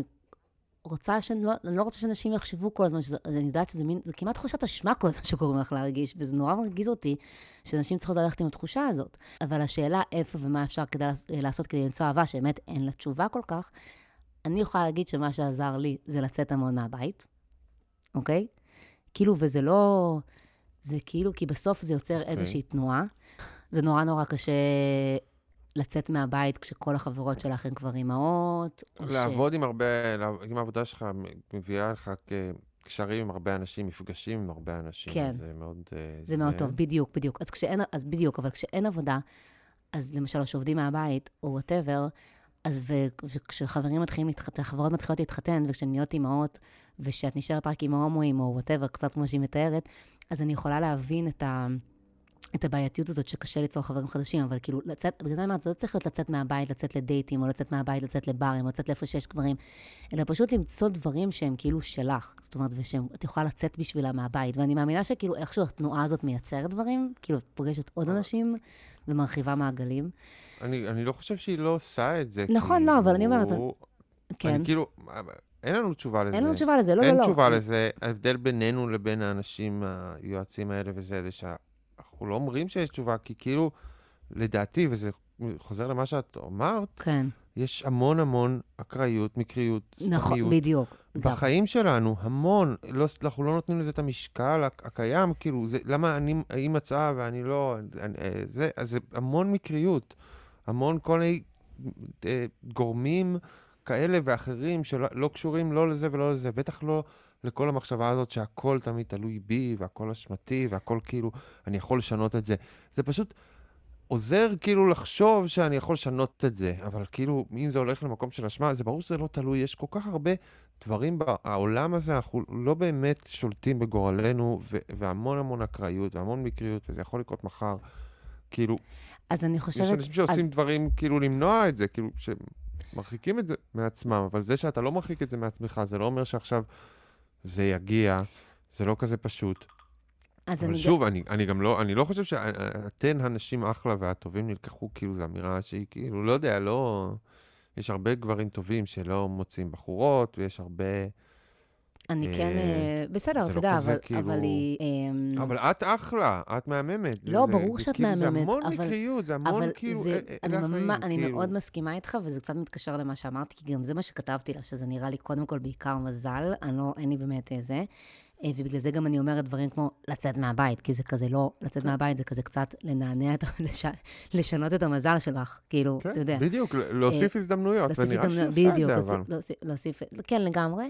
לא רוצה שאנשים יחשבו כל הזמן, אני יודעת שזה מין, זה כמעט תחושת אשמה כל הזמן שקוראים לך להרגיש, וזה נורא מרגיז אותי שאנשים צריכות ללכת עם התחושה הזאת. אבל השאלה איפה ומה אפשר לעשות כדי למצוא אהבה, שבאמת אין לה תשובה כל כך, אני יכולה להגיד שמה שעזר לי זה לצאת המון מהבית, אוקיי? כאילו, וזה לא, זה כאילו, כי בסוף זה יוצר איזושהי תנועה. זה נורא נורא קשה לצאת מהבית כשכל החברות שלך הן כבר אימהות. לעבוד עם הרבה, אם העבודה שלך מביאה לך קשרים עם הרבה אנשים, מפגשים עם הרבה אנשים. כן. זה מאוד... זה מאוד טוב, בדיוק. אז בדיוק, אבל כשאין עבודה, אז למשל, כשעובדים מהבית, או whatever, אז וכשחברים מתחילים להתחתן, החברות מתחילות להתחתן, וכשהן נהיות אימהות, ושאת נשארת רק עם ההומואים, או whatever, קצת כמו שהיא מתארת, אז אני יכולה להבין את הבעייתיות הזאת שקשה ליצור חברים חדשים, אבל כאילו, בגלל זה אני אומרת, זה לא צריך להיות לצאת מהבית, לצאת לדייטים, או לצאת מהבית, לצאת לברים, או לצאת לאיפה שיש גברים, אלא פשוט למצוא דברים שהם כאילו שלך, זאת אומרת, ושאת יכולה לצאת בשבילה מהבית, ואני מאמינה שכאילו איכשהו התנועה הזאת מייצרת דברים, כאילו, את פוגשת עוד אנשים ומרחיבה מעגלים. אני לא חושב שהיא לא עושה את זה. נכון, לא, אבל אני אומרת, כן. אני כאילו, אין לנו תשובה לזה. אין לנו תשובה לזה, לא. אין תשובה לזה. ההבדל בינינו לבין האנשים, היועצים האלה וזה, זה שאנחנו לא אומרים שיש תשובה, כי כאילו, לדעתי, וזה חוזר למה שאת אמרת, כן. יש המון המון אקראיות, מקריות, סתמיות. נכון, בדיdonc. בחיים שלנו, המון, אנחנו לא נותנים לזה את המשקל הקיים, כאילו, למה היא מצאה ואני לא, זה המון מקריות, המון כל מיני גורמים כאלה ואחרים שלא קשורים לא לזה ולא לזה, בטח לא לכל המחשבה הזאת שהכל תמיד תלוי בי והכל אשמתי והכל כאילו, אני יכול לשנות את זה. זה פשוט עוזר כאילו לחשוב שאני יכול לשנות את זה, אבל כאילו, אם זה הולך למקום של אשמה, זה ברור שזה לא תלוי, יש כל כך הרבה דברים בעולם הזה, אנחנו לא באמת שולטים בגורלנו, והמון המון אקראיות, והמון מקריות, וזה יכול לקרות מחר, כאילו, אז אני חושבת... יש אנשים שעושים דברים כאילו למנוע את זה, כאילו, שמרחיקים את זה מעצמם, אבל זה שאתה לא מרחיק את זה מעצמך, זה לא אומר שעכשיו זה יגיע, זה לא כזה פשוט. אבל שוב, אני לא חושב שאתן הנשים אחלה והטובים נלקחו, כאילו, זו אמירה שהיא, כאילו, לא יודע, לא... יש הרבה גברים טובים שלא מוצאים בחורות, ויש הרבה... אני כן... בסדר, אתה יודע, אבל היא... אבל את אחלה, את מהממת. לא, ברור שאת מהממת, זה המון מקריות, זה המון כאילו... אני מאוד מסכימה איתך, וזה קצת מתקשר למה שאמרתי, כי גם זה מה שכתבתי לה, שזה נראה לי קודם כל בעיקר מזל, אין לי באמת זה. ובגלל זה גם אני אומרת דברים כמו לצאת מהבית, כי זה כזה לא, לצאת מהבית זה כזה קצת לנענע, לשנות את המזל שלך, כאילו, אתה יודע. בדיוק, להוסיף הזדמנויות, ונראה שעושה את זה, אבל. להוסיף, כן, לגמרי,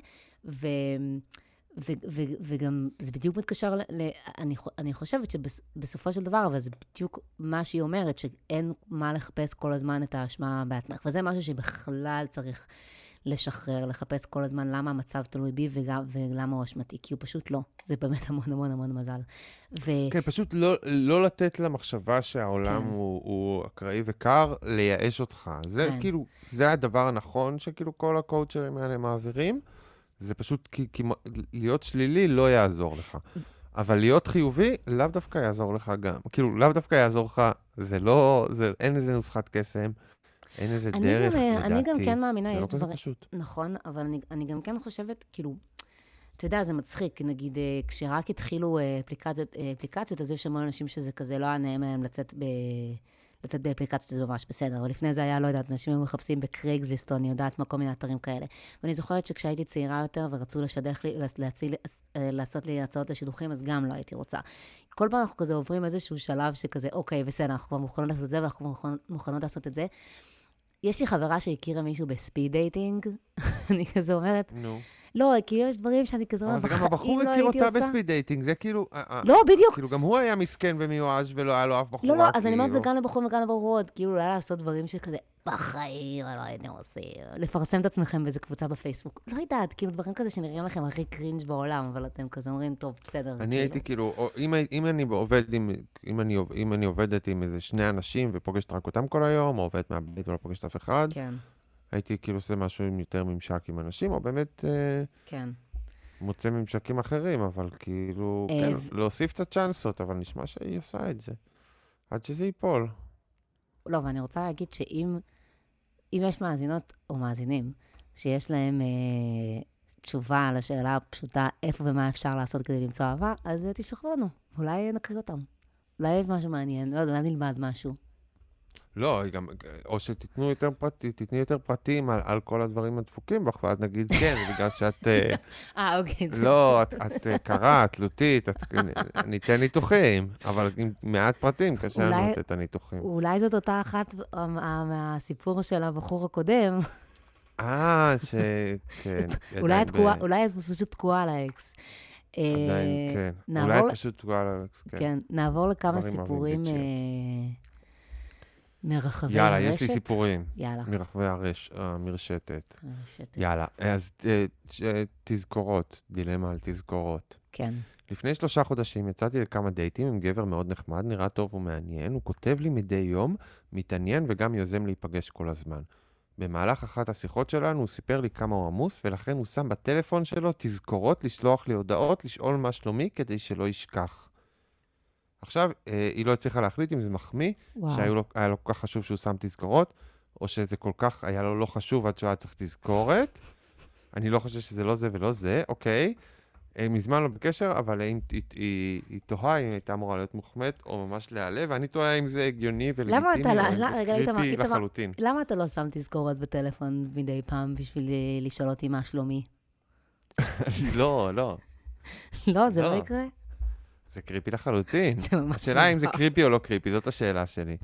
וגם זה בדיוק מתקשר, אני חושבת שבסופו של דבר, אבל זה בדיוק מה שהיא אומרת, שאין מה לחפש כל הזמן את האשמה בעצמך, וזה משהו שבכלל צריך לשחרר, לחפש כל הזמן למה המצב תלוי בי ולמה הוא אשמתי, כי הוא פשוט לא. זה באמת המון המון המון מזל. כן, פשוט לא לתת למחשבה שהעולם הוא אקראי וקר, לייאש אותך. זה כאילו, זה הדבר הנכון שכאילו כל הקואוצ'רים האלה מעבירים, זה פשוט כי להיות שלילי לא יעזור לך. אבל להיות חיובי, לאו דווקא יעזור לך גם. כאילו, לאו דווקא יעזור לך, זה לא, אין איזה נוסחת קסם, אין איזה דרך, לדעתי. אני גם כן מאמינה, יש דברים. נכון, אבל אני גם כן חושבת, כאילו, אתה יודע, זה מצחיק, נגיד, כשרק התחילו אפליקציות, אז יש המון אנשים שזה כזה לא ענהם להם לצאת באפליקציות, זה ממש בסדר, אבל לפני זה היה, לא יודעת, אנשים היו מחפשים בקרייגסליסט, או אני יודעת מה, כל מיני אתרים כאלה. ואני זוכרת שכשהייתי צעירה יותר, ורצו לשדך לי, לעשות לי הצעות לשידוכים, אז גם לא הייתי רוצה. כל פעם אנחנו כזה עוברים איזשהו שלב שכזה, אוקיי, בסדר, אנחנו כבר מוכנות לעשות את זה, ואנחנו מוכנות לעשות את זה. יש לי חברה שהכירה מישהו בספיד דייטינג, אני כזה אומרת, לא, כי יש דברים שאני כזה אומרת, בחיים לא הייתי עושה. אבל גם הבחור הכיר אותה בספיד דייטינג, זה כאילו... לא, בדיוק. כאילו גם הוא היה מסכן ומיואש ולא היה לו אף בחורה. לא, אז אני אומרת זה גם לבחור וגם לבחורות, כאילו היה לעשות דברים שכזה, בחיים, לא הייתם עושים. לפרסם את עצמכם באיזה קבוצה בפייסבוק. לא יודעת, כאילו דברים כזה שנראים לכם הכי קרינג' בעולם, אבל אתם כזה אומרים, טוב, בסדר. אני הייתי כאילו, אם אני עובדת עם איזה 2 אנשים ופוגשת רק אותם כל היום, או עובדת מהבית ולא פוגשת אף אחד, כן. הייתי כאילו עושה משהו עם יותר ממשק עם אנשים, או באמת כן. מוצא ממשקים אחרים, אבל כאילו, כן, להוסיף את הצ'אנסות, אבל נשמע שהיא עושה את זה. עד שזה ייפול. לא, ואני רוצה להגיד שאם יש מאזינות או מאזינים שיש להם תשובה על השאלה הפשוטה, איפה ומה אפשר לעשות כדי למצוא אהבה, אז תשלחו לנו. אולי נקריא אותם. אולי יש משהו מעניין, לא יודע, אולי נלמד משהו. לא, או שתתנו יותר פרטים על כל הדברים הדפוקים בך, ואת נגיד כן, בגלל שאת... אוקיי. לא, את קרה, תלותית, ניתן ניתוחים, אבל עם מעט פרטים קשה לנו לתת את הניתוחים. אולי זאת אותה אחת מהסיפור של הבחור הקודם. כן. אולי את פשוט תקועה על האקס. עדיין, כן. אולי את פשוט תקועה על האקס, כן. כן, נעבור לכמה סיפורים מרחבי הרשת. יאללה, יש לי סיפורים. יאללה. מרחבי המרשתת. יאללה, אז תזכורות, דילמה על תזכורות. כן. לפני 3 חודשים יצאתי לכמה דייטים עם גבר מאוד נחמד, נראה טוב ומעניין. הוא כותב לי מדי יום, מתעניין וגם יוזם להיפגש כל הזמן. במהלך אחת השיחות שלנו הוא סיפר לי כמה הוא עמוס, ולכן הוא שם בטלפון שלו תזכורות לשלוח לי הודעות, לשאול מה שלומי כדי שלא ישכח. עכשיו, היא לא הצליחה להחליט אם זה מחמיא, שהיה לו כל כך חשוב שהוא שם תזכורות, או שזה כל כך היה לו לא חשוב עד שהוא היה צריך תזכורת. אני לא חושב שזה לא זה ולא זה, אוקיי. מזמן לא בקשר, אבל היא תוהה אם הייתה אמורה להיות מוחמאת, או ממש להיעלב, ואני תוהה אם זה הגיוני ולגיטימי, או קריפי לחלוטין. למה אתה לא שם תזכורות בטלפון מדי פעם בשביל לשאול אותי מה שלומי? לא. לא, זה לא יקרה? זה קריפי לחלוטין. השאלה אם זה קריפי או לא קריפי, זאת השאלה שלי.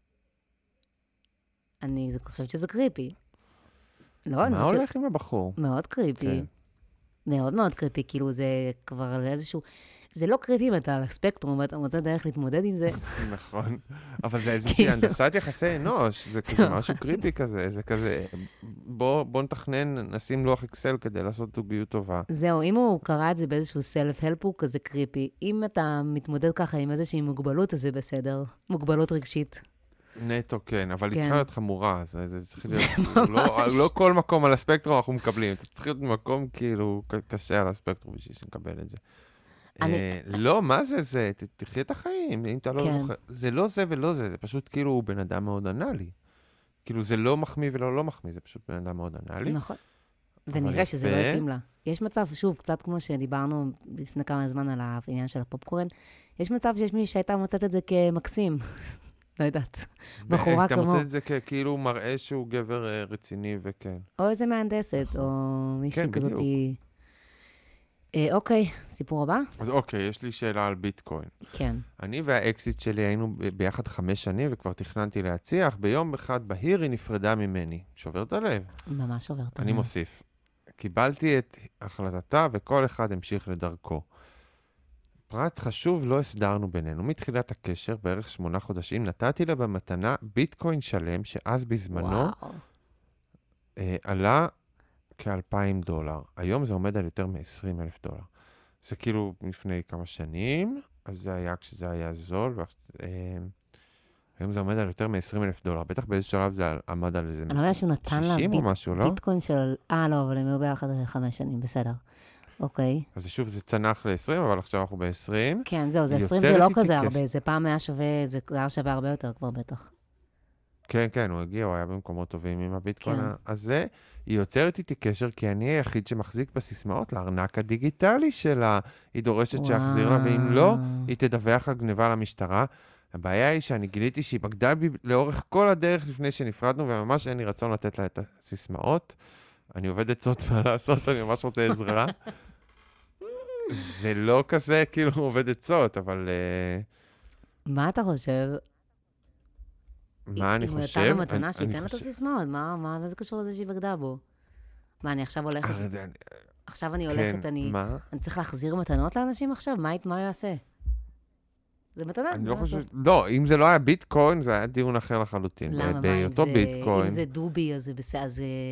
אני חושבת שזה קריפי. מה הולך עם הבחור? מאוד קריפי. מאוד מאוד קריפי, כאילו זה כבר איזשהו... זה לא קריפי אם אתה על הספקטרום, ואתה מוצא דרך להתמודד עם זה. נכון, אבל זה איזושהי הנדסת יחסי אנוש, זה כזה משהו קריפי כזה, זה כזה, בוא נתכנן, נשים לוח אקסל כדי לעשות זוגיות טובה. זהו, אם הוא קרא את זה באיזשהו סלף-הלפ, הוא כזה קריפי. אם אתה מתמודד ככה עם איזושהי מוגבלות, אז זה בסדר. מוגבלות רגשית. נטו, כן, אבל היא צריכה להיות חמורה, זה צריך להיות, לא כל מקום על הספקטרום אנחנו מקבלים, אתה צריך להיות מקום כאילו קשה על הספקטרום בשביל שנקבל את זה. לא, מה זה? תחיה את החיים, אם אתה לא זוכר. זה לא זה ולא זה, זה פשוט כאילו הוא בן אדם מאוד אנלי. כאילו זה לא מחמיא ולא לא מחמיא, זה פשוט בן אדם מאוד אנלי. נכון. ונראה שזה לא יתאים לה. יש מצב, שוב, קצת כמו שדיברנו לפני כמה זמן על העניין של הפופקורן, יש מצב שיש מי שהייתה מוצאת את זה כמקסים. לא יודעת. בחורה כמו... אתה מוצא את זה כאילו מראה שהוא גבר רציני וכן. או איזה מהנדסת, או מישהי כזאת. אוקיי, סיפור הבא? אז אוקיי, יש לי שאלה על ביטקוין. כן. אני והאקסיט שלי היינו ביחד 5 שנים, וכבר תכננתי להציח. ביום אחד בהיר היא נפרדה ממני. שובר את הלב. ממש שובר את הלב. אני מוסיף. קיבלתי את החלטתה, וכל אחד המשיך לדרכו. פרט חשוב לא הסדרנו בינינו. מתחילת הקשר, בערך 8 חודשים, נתתי לה במתנה ביטקוין שלם, שאז בזמנו עלה כ$2,000. היום זה עומד על יותר $20,000. זה כאילו לפני כמה שנים, אז זה היה כשזה היה זול, היום זה עומד על יותר $20,000. בטח באיזה שלב זה עמד על איזה 60 או משהו, לא? ביטקוין של... לא, אבל הם היו ביחד 5 שנים, בסדר. אוקיי. אז שוב, זה צנח ל-20, אבל עכשיו אנחנו ב-20. כן, זהו, זה 20 זה לא כזה הרבה, זה פעם היה שווה, זה היה שווה הרבה יותר כבר בטח. כן, הוא הגיע, הוא היה במקומות טובים עם הביטקוין הזה. היא יוצרת איתי קשר, כי אני היחיד שמחזיק בסיסמאות לארנק הדיגיטלי שלה. היא דורשת שיחזיר לה, ואם לא, היא תדווח על גניבה למשטרה. הבעיה היא שאני גיליתי שהיא בגדה בי לאורך כל הדרך לפני שנפרדנו, וממש אין לי רצון לתת לה את הסיסמאות. אני עובד עצות מה לעשות, אני ממש רוצה עזרה. זה לא כזה כאילו עובד עצות, אבל... מה אתה חושב? מה אני חושב? אם הוא יתן למתנה, שייתן לה את הסיסמאות, מה זה קשור לזה שהיא בגדה בו? מה, אני עכשיו הולכת... עכשיו אני הולכת, אני צריך להחזיר מתנות לאנשים עכשיו? מה הוא יעשה? זה מתנה. אני לא חושב... לא, אם זה לא היה ביטקוין, זה היה דיון אחר לחלוטין. למה? בהיותו ביטקוין... אם זה דובי, אז זה בסדר,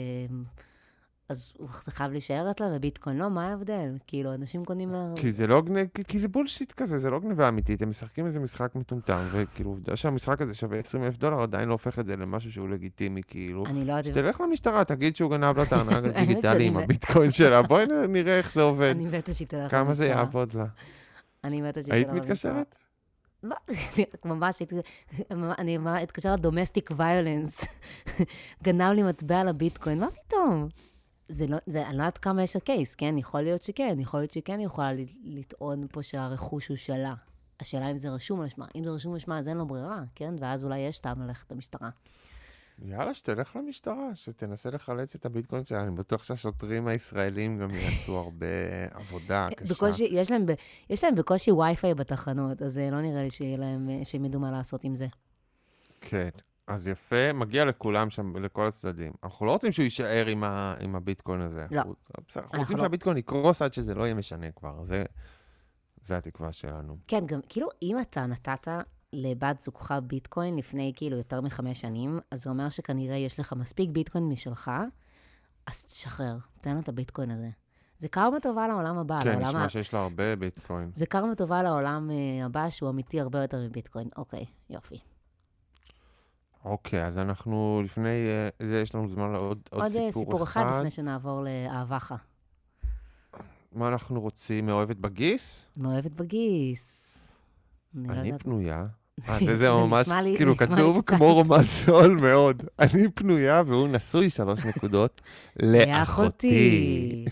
אז זה חייב להישאר אצלה, וביטקוין לא, מה ההבדל? כאילו, אנשים קונים לה... כי זה בולשיט כזה, זה לא גניבה אמיתית, הם משחקים איזה משחק מטומטם, וכאילו, עובדה שהמשחק הזה שווה $20,000, עדיין לא הופך את זה למשהו שהוא לגיטימי, כאילו. שתלך למשטרה, תגיד שהוא גנב לה את הארנק הדיגיטלי עם הביטקוין שלה, בואי נראה איך זה עובד. אני מתה שהיא תלך למשטרה. כמה זה יעבוד לה. אני מתה שהיא תלך למשטרה. היית מתקשרת? ממש, אני אתקשר לדומסטיק ויולנס. גנב לי מטבע לביטקוין, מה פתאום? אני לא יודעת כמה יש הקייס, כן? יכול להיות שכן, היא יכולה לטעון פה שהרכוש הוא שלה. השאלה אם זה רשום לשמה. אם זה רשום לשמה, אז אין לו ברירה, כן? ואז אולי יש טעם ללכת למשטרה. יאללה, שתלך למשטרה, שתנסה לחלץ את הביטקוין שלה. אני בטוח שהשוטרים הישראלים גם יעשו הרבה עבודה קשה. יש להם בקושי וי-פיי בתחנות, אז לא נראה לי שהם ידעו מה לעשות עם זה. כן. אז יפה, מגיע לכולם שם, לכל הצדדים. אנחנו לא רוצים שהוא יישאר עם הביטקוין הזה. לא. אנחנו רוצים שהביטקוין יקרוס עד שזה לא יהיה משנה כבר. זה התקווה שלנו. כן, גם, כאילו, אם אתה נתת לבת זוגך ביטקוין לפני כאילו יותר מ5 שנים, אז זה אומר שכנראה יש לך מספיק ביטקוין משלך, אז תשחרר, תן את הביטקוין הזה. זה קרמה טובה לעולם הבא. כן, נשמע שיש לה הרבה ביטקוין. זה קרמה טובה לעולם הבא, שהוא אמיתי הרבה יותר מביטקוין. אוקיי, יופי. אוקיי, אז אנחנו לפני זה, יש לנו זמן לעוד סיפור אחד. עוד סיפור אחד לפני שנעבור לאהבך. מה אנחנו רוצים? מאוהבת בגיס? מאוהבת בגיס. אני פנויה. זה ממש כאילו כתוב כמו רומן סול מאוד. אני פנויה והוא נשוי 3 נקודות לאחותי.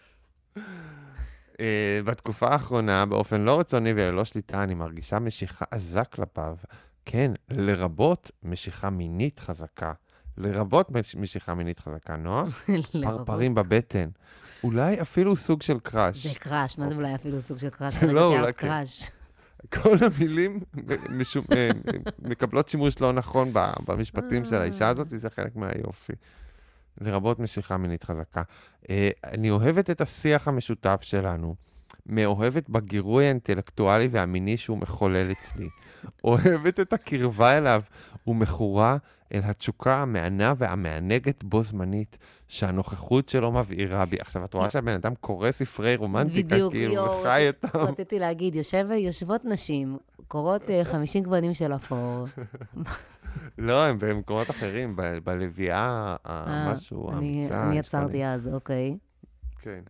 בתקופה האחרונה, באופן לא רצוני וללא שליטה, אני מרגישה משיכה עזה כלפיו. כן, לרבות משיכה מינית חזקה. לרבות משיכה מינית חזקה, נועה? פרפרים בבטן. אולי אפילו סוג של קראש. זה קראש, מה זה אולי אפילו סוג של קראש? זה לא, אולי קראש. כל המילים מקבלות שימוש לא נכון במשפטים של האישה הזאת, זה חלק מהיופי. לרבות משיכה מינית חזקה. אני אוהבת את השיח המשותף שלנו. מאוהבת בגירוי האינטלקטואלי והמיני שהוא מחולל אצלי. אוהבת את הקרבה אליו, ומכורה אל התשוקה המענה והמענגת בו זמנית, שהנוכחות שלו מבעירה בי. עכשיו, את רואה שהבן אדם קורא ספרי רומנטיקה, כאילו, וחי אותם. רציתי להגיד, יושבות נשים, קורות 50 גוונים של אפור. לא, הם במקומות אחרים, בלוויה, משהו, המצע. אני יצרתי אז, אוקיי. כן.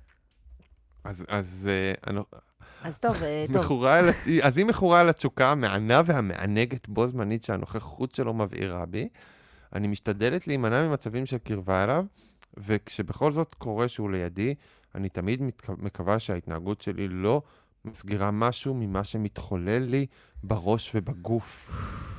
אז טוב. אז היא מכורה על התשוקה המענה והמענגת בו זמנית שהנוכחות שלו מבעירה בי. אני משתדלת להימנע ממצבים של קרבה אליו, וכשבכל זאת קורה שהוא לידי, אני תמיד מקווה שההתנהגות שלי לא מסגירה משהו ממה שמתחולל לי בראש ובגוף.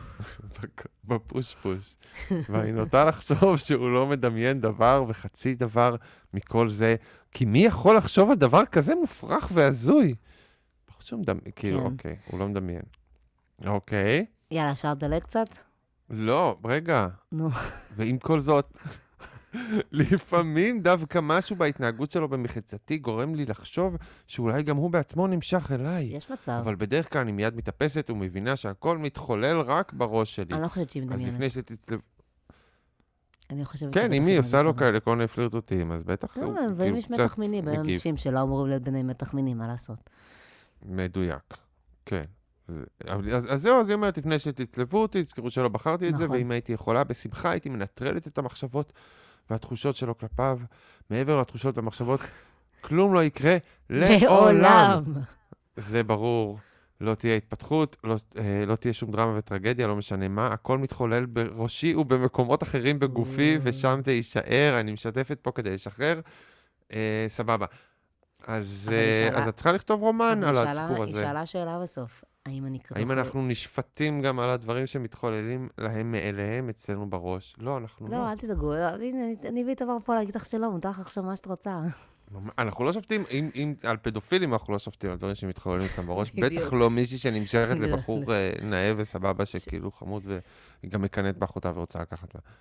בפוש. ואני נוטה לחשוב שהוא לא מדמיין דבר וחצי דבר מכל זה, כי מי יכול לחשוב על דבר כזה מופרך והזוי? כאילו, אוקיי, הוא לא מדמיין. אוקיי. יאללה, אפשר לדלג קצת? לא, רגע. נו. ועם כל זאת, לפעמים דווקא משהו בהתנהגות שלו במחצתי גורם לי לחשוב שאולי גם הוא בעצמו נמשך אליי. יש מצב. אבל בדרך כלל אני מיד מתאפסת ומבינה שהכל מתחולל רק בראש שלי. אני לא חושבת שהיא מדמיינת. אז לפני שתצלב... אני חושבת... כן, אם היא עושה לו כאלה כל מיני פלירטוטים, אז בטח הוא כאילו קצת... ואם יש מתח מיני בין אנשים שלא אמורים להיות ביניהם מתח מיני, מה לעשות? מדויק, כן. אז זהו, אז היא אומרת, לפני שתצלבו אותי, תזכרו שלא בחרתי את זה, ואם הייתי יכולה, בשמחה הייתי מנטרלת את המחשבות והתחושות שלו כלפיו, מעבר לתחושות והמחשבות, כלום לא יקרה לעולם. זה ברור, לא תהיה התפתחות, לא תהיה שום דרמה וטרגדיה, לא משנה מה, הכל מתחולל בראשי ובמקומות אחרים בגופי, ושם זה יישאר, אני משתפת פה כדי לשחרר, סבבה. אז את צריכה לכתוב רומן על הסיפור הזה. היא שאלה שאלה בסוף. האם אנחנו נשפטים גם על הדברים שמתחוללים להם מאליהם אצלנו בראש? לא, אנחנו לא. לא, אל תדאגו. אני הביא את דבר פה להגיד לך שלא, מותר לך עכשיו מה שאת רוצה. אנחנו לא שופטים, על פדופילים אנחנו לא שופטים על דברים שמתחוללים אצלם בראש. בטח לא מישהי שנמשכת לבחור נאה וסבבה שכאילו חמוד והיא גם מקנאת באחותה ורוצה לקחת לה.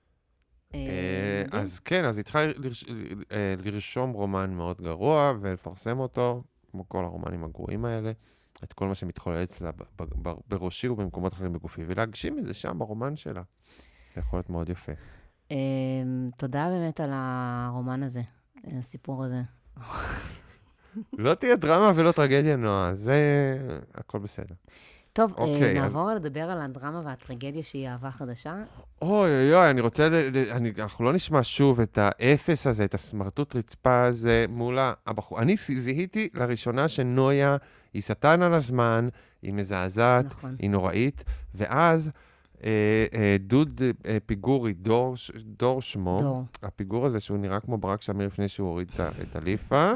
אז כן, אז היא צריכה לרשום רומן מאוד גרוע ולפרסם אותו, כמו כל הרומנים הגרועים האלה. את כל מה שמתחולל אצלה בראשי ובמקומות אחרים בגופי, ולהגשים את זה שם ברומן שלה. זה יכול להיות מאוד יפה. תודה באמת על הרומן הזה, הסיפור הזה. לא תהיה דרמה ולא טרגדיה, נועה, זה הכל בסדר. טוב, נעבור לדבר על הדרמה והטרגדיה שהיא אהבה חדשה. אוי, אני רוצה, אנחנו לא נשמע שוב את האפס הזה, את הסמרטוט רצפה הזה מול הבחור. אני זיהיתי לראשונה שנויה היא שטן על הזמן, היא מזעזעת, היא נוראית, ואז דוד פיגורי, דור שמו, הפיגור הזה שהוא נראה כמו ברק שמיר לפני שהוא הוריד את הליפה,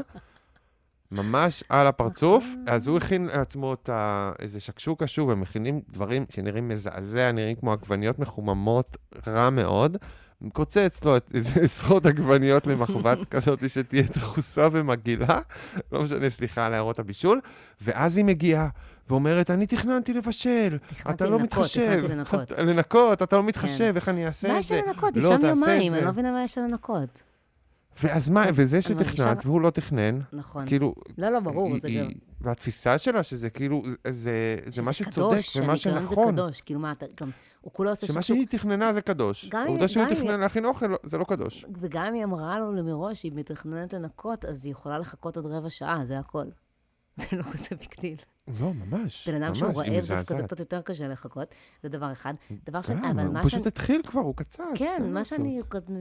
ממש על הפרצוף, אז הוא הכין לעצמו איזה שקשוקה שוב, הם מכינים דברים שנראים מזעזע, נראים כמו עגבניות מחוממות, רע מאוד, קוצץ לו איזה עשרות עגבניות למחבת כזאת שתהיה דחוסה ומגילה, לא משנה, סליחה על הערות הבישול, ואז היא מגיעה ואומרת, אני תכננתי לבשל, אתה לא מתחשב, לנקות, אתה לא מתחשב, איך אני אעשה את זה? מה יש לנקות? היא שם יומיים, אני לא מבינה מה יש לנקות. ואז מה, וזה שתכנת, והוא לא תכנן, נכון. כאילו... לא, ברור, זה גם... והתפיסה שלה, שזה כאילו, זה מה שצודק, ומה שנכון. זה קדוש, כאילו מה, גם, הוא כולו עושה שמה שהיא תכננה זה קדוש. העובדה שהוא תכנן להכין אוכל, זה לא קדוש. וגם אם היא אמרה לו למראש, שהיא מתכננת לנקות, אז היא יכולה לחכות עוד רבע שעה, זה הכל. זה לא כזה ביקטיל. לא, ממש. בן אדם שהוא רעב, דווקא זה קצת יותר קשה לחכות, זה דבר אחד. דבר שני, אבל מה הוא פשוט התחיל כבר, הוא קצץ. כן, מה שאני...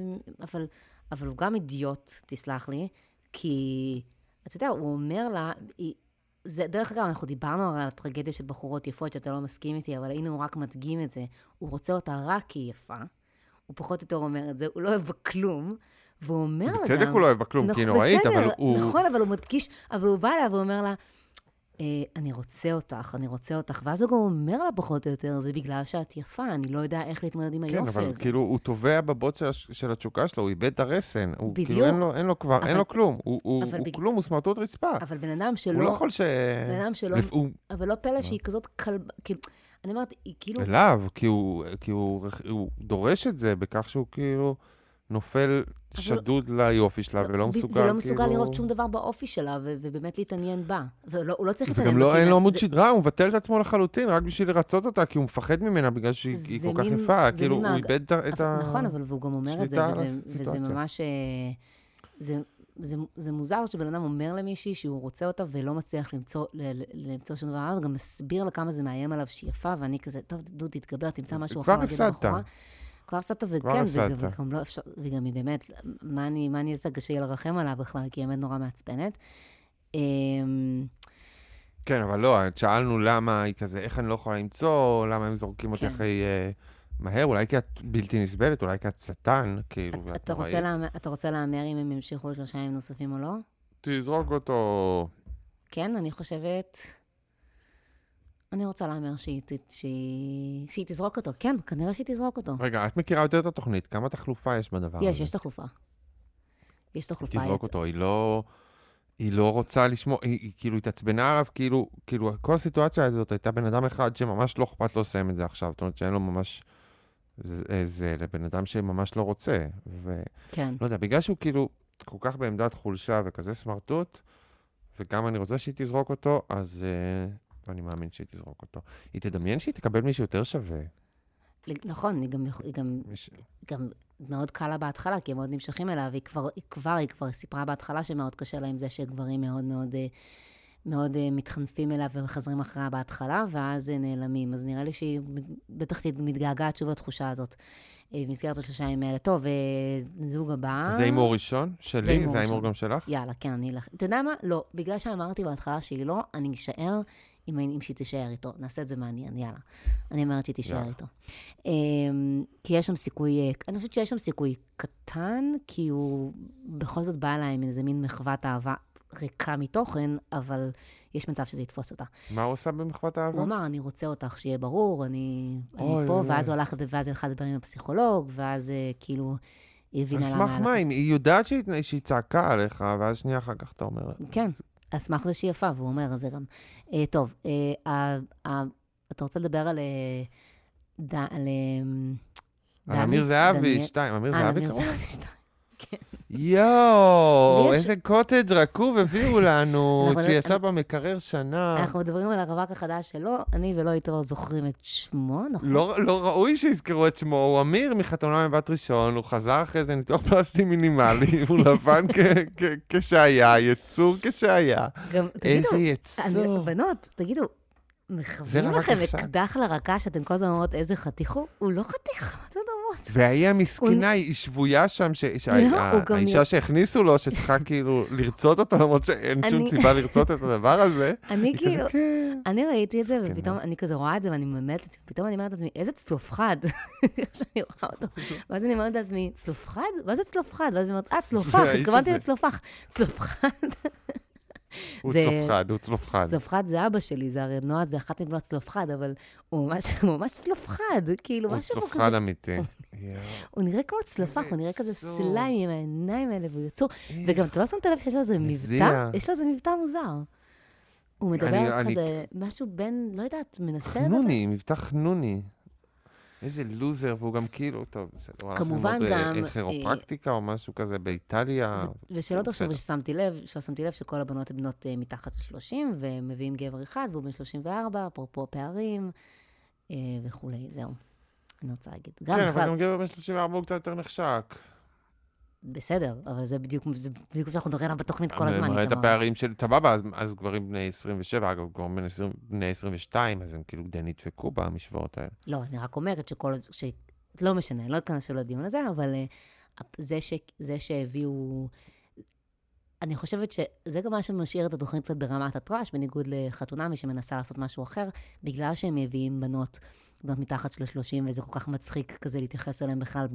אבל הוא גם אידיוט, תסלח לי, כי, אתה יודע, הוא אומר לה, דרך אגב, אנחנו דיברנו על הטרגדיה של בחורות יפות, שאתה לא מסכים איתי, אבל היינו רק מדגים את זה. הוא רוצה אותה רק כי היא יפה, הוא פחות יותר אומר את זה, הוא לא אוהב בכלום, והוא אומר לה גם... בצדק הוא לא אוהב בכלום, כי היא נוראית, אבל הוא... נכון, אבל הוא מדגיש, אבל הוא בא לה והוא אומר לה, אני רוצה אותך, ואז הוא גם אומר לה פחות או יותר, זה בגלל שאת יפה, אני לא יודע איך להתמודד עם היופי הזה. כן, אבל כאילו הוא טובע בבוץ של התשוקה שלו, הוא איבד את הרסן, הוא כאילו אין לו כבר, אין לו כלום, הוא כלום, הוא סמרטוט רצפה. אבל בן אדם שלא... הוא לא יכול בן אדם שלא... אבל לא פלא שהיא כזאת כלבה, כאילו, אני אומרת, היא כאילו... אליו, כי הוא דורש את זה בכך שהוא כאילו נופל שדוד ליופי שלה, ולא מסוגל כאילו... ולא מסוגל לראות שום דבר באופי שלה, ובאמת להתעניין בה. הוא לא צריך להתעניין בה. וגם לא, אין לו עמוד שדרה, הוא מבטל את עצמו לחלוטין, רק בשביל לרצות אותה, כי הוא מפחד ממנה, בגלל שהיא כל כך יפה, כאילו הוא איבד את ה... נכון, אבל הוא גם אומר את זה, וזה ממש... זה מוזר שבן אדם אומר למישהי שהוא רוצה אותה, ולא מצליח למצוא שום דבר, וגם מסביר לה כמה זה מאיים עליו שהיא יפה, ואני כזה, טוב, דוד, תתגבר, תמצא משהו אחר להגיד לבחורה. כבר הפסדת, וכן, וגם היא באמת, מה אני אעשה קשה לרחם עליו בכלל, כי היא באמת נורא מעצבנת. כן, אבל לא, שאלנו למה היא כזה, איך אני לא יכולה למצוא, למה הם זורקים אותי אחרי מהר, אולי כי את בלתי נסבלת, אולי כי את שטן, כאילו, ואת נוראית. אתה רוצה להאמר אם הם ימשיכו ל3 ימים נוספים או לא? תזרוק אותו. כן, אני חושבת... אני רוצה לאמר שהיא תזרוק אותו. כן, כנראה שהיא תזרוק אותו. רגע, את מכירה יותר את התוכנית. כמה תחלופה יש בדבר הזה? יש תחלופה. יש תחלופה. תזרוק אותו. היא לא רוצה לשמוע, היא כאילו התעצבנה עליו, כאילו, כל הסיטואציה הזאת הייתה בן אדם אחד שממש לא אכפת לו לסיים את זה עכשיו. זאת אומרת שאין לו ממש... זה לבן אדם שממש לא רוצה. כן. לא יודע, בגלל שהוא כאילו כל כך בעמדת חולשה וכזה סמרטוט, וגם אני רוצה שהיא תזרוק אותו, אז... ואני מאמין שהיא תזרוק אותו. היא תדמיין שהיא תקבל מישהו יותר שווה. נכון, היא גם מאוד קלה בהתחלה, כי הם מאוד נמשכים אליה, והיא כבר סיפרה בהתחלה שמאוד קשה לה עם זה שגברים מאוד מאוד, מאוד מתחנפים אליה וחזרים אחריה בהתחלה, ואז נעלמים. אז נראה לי שהיא בטח מתגעגעת שוב לתחושה הזאת. במסגרת 3 ימים האלה. טוב, זוג הבא... זה אימור ראשון שלי? זה האימור גם שלך? יאללה, כן, אני אלך. אתה יודע מה? לא. בגלל שאמרתי בהתחלה שהיא לא, אני אשאר אם שהיא תישאר איתו. נעשה את זה מעניין, יאללה. אני אומרת שהיא תישאר איתו. כי יש שם סיכוי, אני חושבת שיש שם סיכוי קטן, כי הוא בכל זאת בא אליי עם איזה מין מחוות אהבה ריקה מתוכן, אבל יש מצב שזה יתפוס אותה. מה הוא עושה במחוות אהבה? הוא אמר, אני רוצה אותך שיהיה ברור, אני פה, ואז הוא הלך, ואז הלכה לדבר עם הפסיכולוג, ואז כאילו היא הבינה למה... על סמך מה, היא יודעת שהיא צעקה עליך, ואז שנייה אחר כך אתה אומר... כן, על סמך זה שהיא יפה, והוא אומר, זה גם... טוב, אתה רוצה לדבר על... על אמיר זהבי 2, אמיר זהבי קרוב? כן. יואו, איזה קוטג' רקוב הביאו לנו, שישב במקרר שנה. אנחנו מדברים על הרווק החדש שלו, אני ולא איתו זוכרים את שמו, נכון? לא ראוי שיזכרו את שמו, הוא אמיר מחתונה מבת ראשון, הוא חזר אחרי זה ניתוח פלסטי מינימלי, הוא לבן כשהיה, יצור כשהיה. איזה יצור. בנות, תגידו, מכוונים לכם אקדח לרקה שאתם כל הזמן אומרות איזה חתיך הוא? הוא לא חתיך, מה אתם אומרות? והיא המסכנה, היא שבויה שם, האישה שהכניסו לו, שצריכה כאילו לרצות אותו, למרות שאין שום סיבה לרצות את הדבר הזה. אני ראיתי את זה, ופתאום אני כזה רואה את זה, ואני ממלאת את זה, ופתאום אני אומרת לעצמי, איזה צלוף חד. איך שאני רואה אותו. ואז אני אומרת לעצמי, צלוף חד? מה זה צלוף חד? ואז אני אומרת, צלופח, התכוונתי לצלופח. צלוף חד. הוא צלופחד, הוא צלופחד. צלופחד זה אבא שלי, זה הרי נועה, זה אחת מבנות צלופחד, אבל הוא ממש צלופחד, כאילו משהו כזה. הוא צלופחד אמיתי. הוא נראה כמו צלופח, הוא נראה כזה סליים עם העיניים האלה, והוא יצור. וגם אתה לא שמת לב שיש לו איזה מבטא? יש לו איזה מבטא מוזר. הוא מדבר כזה, משהו בין, לא יודעת, מנסה... חנוני, מבטא חנוני. איזה לוזר, והוא גם כאילו, טוב, כמובן גם... כירופרקטיקה או משהו כזה באיטליה. ושלא תחשוב ששמתי לב שכל הבנות הן בנות מתחת ל-30, ומביאים גבר אחד, והוא בן 34, אפרופו פערים, וכולי, זהו. אני רוצה להגיד. כן, אבל גם גבר בן 34 הוא קצת יותר נחשק. בסדר, אבל זה בדיוק שאנחנו מדברים עליו בתוכנית כל הזמן. מראה את הפערים של טבבה, אז גברים בני 27, אגב, גברים בני 22, אז הם כאילו די נדפקו במשוואות האלה. לא, אני רק אומרת לא משנה, לא אכנס לדיון הזה, אבל זה שהביאו... אני חושבת שזה גם מה שמשאיר את התוכנית קצת ברמת הטראש, בניגוד לחתונמי שמנסה לעשות משהו אחר, בגלל שהם מביאים בנות מתחת ל-30, וזה כל כך מצחיק כזה להתייחס אליהם בכלל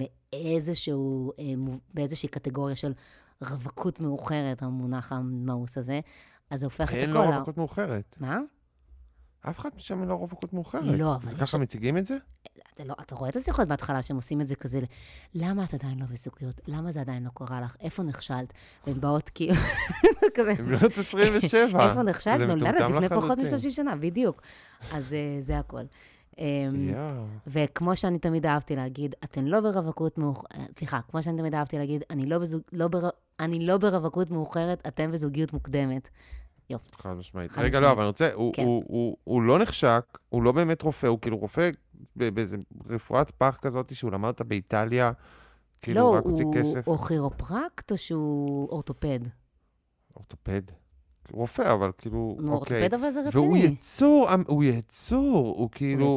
באיזושהי קטגוריה של רווקות מאוחרת, המונח המאוס הזה, אז זה הופך את הכל... אין לא רווקות מאוחרת. מה? אף אחד משם לא רווקות מאוחרת. לא, אבל... ככה מציגים את זה? אתה רואה את השיחות בהתחלה שהם עושים את זה כזה, למה את עדיין לא בזוגיות? למה זה עדיין לא קורה לך? איפה נכשלת? והן באות כאילו... הן בנות 27. איפה נכשלת? נולדת לפני פחות מ-30 שנה, בדיוק. אז זה הכל. וכמו שאני תמיד אהבתי להגיד, אתן לא ברווקות מאוחרת, סליחה, כמו שאני תמיד אהבתי להגיד, אני לא ברווקות מאוחרת, אתם בזוגיות מוקדמת. יופי. חד משמעית. רגע, לא, אבל אני רוצה, הוא לא נחשק, הוא לא באמת רופא, הוא כאילו רופא באיזה רפואת פח כזאת שהוא למד אותה באיטליה, כאילו רק הוציא כסף. לא, הוא כירופרקט או שהוא אורתופד? אורתופד. רופא, אבל כאילו, אוקיי. אורתופד אבל זה רציני. והוא יצור, הוא כאילו,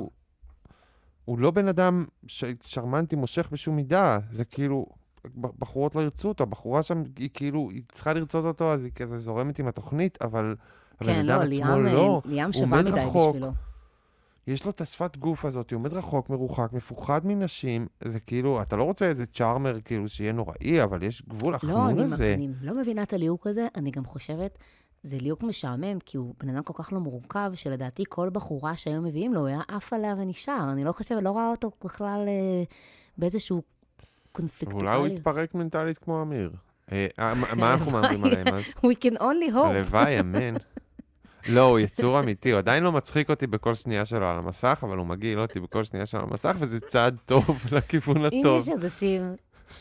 הוא לא בן אדם שרמנטי מושך בשום מידה, זה כאילו, בחורות לא ירצו אותו, הבחורה שם היא כאילו, היא צריכה לרצות אותו, אז היא כזה זורמת עם התוכנית, אבל הבן אדם עצמו לא, הוא עומד רחוק, יש לו את השפת גוף הזאת, הוא עומד רחוק, מרוחק, מפוחד מנשים, זה כאילו, אתה לא רוצה איזה צ'ארמר כאילו שיהיה נוראי, אבל יש גבול החנון הזה. לא, אני לא מבינה את הליהוק הזה, אני גם חושבת, זה ליהוק משעמם, כי הוא בן אדם כל כך לא מורכב, שלדעתי כל בחורה שהיום מביאים לו, הוא היה עף עליה ונשאר, אני לא חושבת, לא רואה אותו בכלל באיזשהו קונפליקטואלי. אולי הוא יתפרק מנטלית כמו אמיר. מה אנחנו מאמרים עליהם אז? We can only hope. הלוואי, אמן. לא, הוא יצור אמיתי, הוא עדיין לא מצחיק אותי בכל שנייה שלו על המסך, אבל הוא מגעיל אותי בכל שנייה שלו על המסך, וזה צעד טוב לכיוון הטוב. אם יש אנשים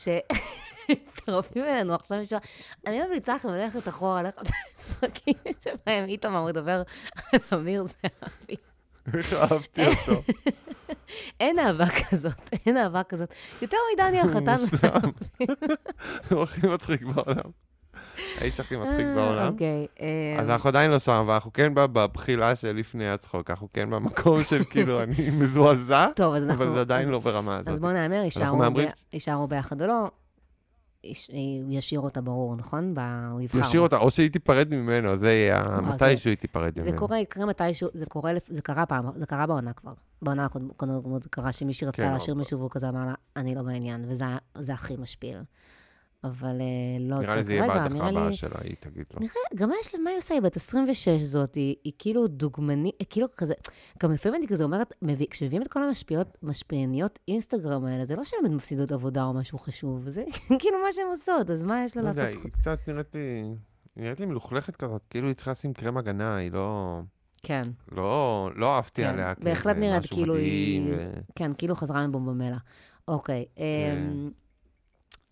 שצטרפים אלינו עכשיו משהו, אני ממליצה לכם ללכת אחורה, ללכת בספקים שבהם איתמר מדבר על אמיר זהבי. איך אהבתי אותו. אין אהבה כזאת. יותר מדני החתן. מושלם. הוא הכי מצחיק בעולם. האיש הכי מצחיק בעולם. אוקיי. אז אנחנו עדיין לא שם, אבל אנחנו כן בבחילה של לפני הצחוק, אנחנו כן במקום של כאילו אני מזועזע, אבל זה עדיין לא ברמה הזאת. אז בואו נאמר, יישארו ביחד או לא, הוא ישאיר אותה ברור, נכון? הוא יבחר. ישאיר אותה, או שהיא תיפרד ממנו, זה יהיה מתישהו היא תיפרד ממנו. זה יקרה מתישהו, זה קרה פעם, זה קרה בעונה כבר. בעונה הקודמת זה קרה שמישהי רצתה להשאיר מישהו והוא כזה אמר לה, אני לא בעניין, וזה הכי משפיל. אבל לא... נראה לי זה יהיה בהדחה הבאה שלה, היא תגיד לו. גם מה היא עושה? היא בת 26 זאת, היא כאילו דוגמנית, כאילו כזה, גם לפעמים אני כזה אומרת, כשמביאים את כל המשפיעניות אינסטגרם האלה, זה לא שהן מפסידות עבודה או משהו חשוב, זה כאילו מה שהן עושות, אז מה יש לה לעשות? היא קצת נראית לי מלוכלכת כזאת, כאילו היא צריכה לשים קרם הגנה, היא לא... כן. לא אהבתי עליה, בהחלט נראית כאילו היא... כן, כאילו חזרה מבומבמלה. אוקיי.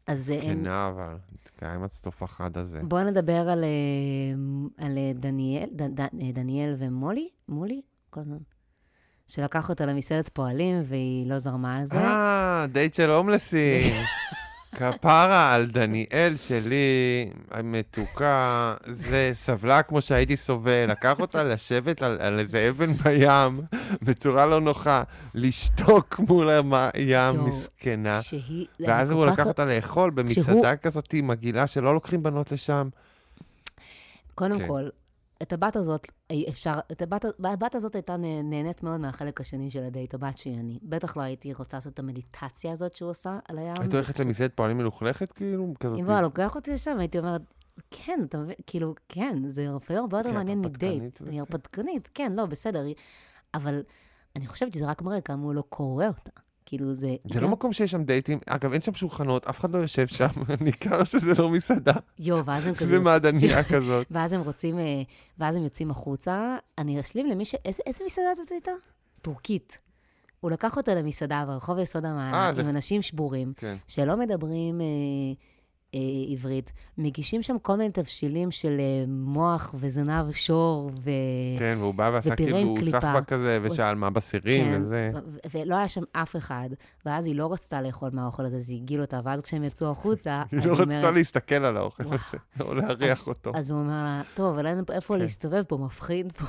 אז כנה, אבל, עם הצטוף החד הזה. בואו נדבר על דניאל ומולי, כל הזמן. שלקח אותה למסעדת פועלים, והיא לא זרמה על זה. דייט של הומלסים. כפרה על דניאל שלי, המתוקה, זה סבלה כמו שהייתי סובל, לקח אותה לשבת על איזה אבן בים, בצורה לא נוחה, לשתוק מול הים מסכנה, ואז הוא לקח אותה לאכול במסעדה כזאת מגעילה שלא לוקחים בנות לשם. קודם כל, את הבת הזאת, הבת הזאת הייתה נהנית מאוד מהחלק השני של הדייט, הבת שלי אני. בטח לא הייתי רוצה לעשות את המדיטציה הזאת שהוא עושה על הים. היית הולכת למסעדת פועלים מלוכלכת, כאילו, כזאת? אם בוא, לוקח אותי לשם, הייתי אומרת, כן, אתה מבין, כאילו, כן, זה הרבה יותר מעניין מדייט. אני הרפתקנית, כן, לא, בסדר. אבל אני חושבת שזה רק מראה כמה הוא לא קורא אותה. כאילו זה... זה לא מקום שיש שם דייטים, אגב, אין שם שולחנות, אף אחד לא יושב שם, ניכר שזה לא מסעדה. ואז הם כזה... זה מעדניה כזאת. ואז הם יוצאים החוצה, אני אשלים למי איזה מסעדה זאת הייתה? טורקית. הוא לקח אותה למסעדה ברחוב יסוד המעלה, עם אנשים שבורים, שלא מדברים עברית, מגישים שם כל מיני תבשילים של מוח וזנב שור כן, והוא בא ועשה כאילו סחבק כזה, ושאל מה בסירים וזה. ולא היה שם אף אחד, ואז היא לא רצתה לאכול מהאוכל הזה, אז היא הגיל אותה, ואז כשהם יצאו החוצה, היא לא רצתה להסתכל על האוכל הזה, או להריח אותו. אז הוא אומר לה, טוב, אבל אין איפה להסתובב פה, מפחיד פה.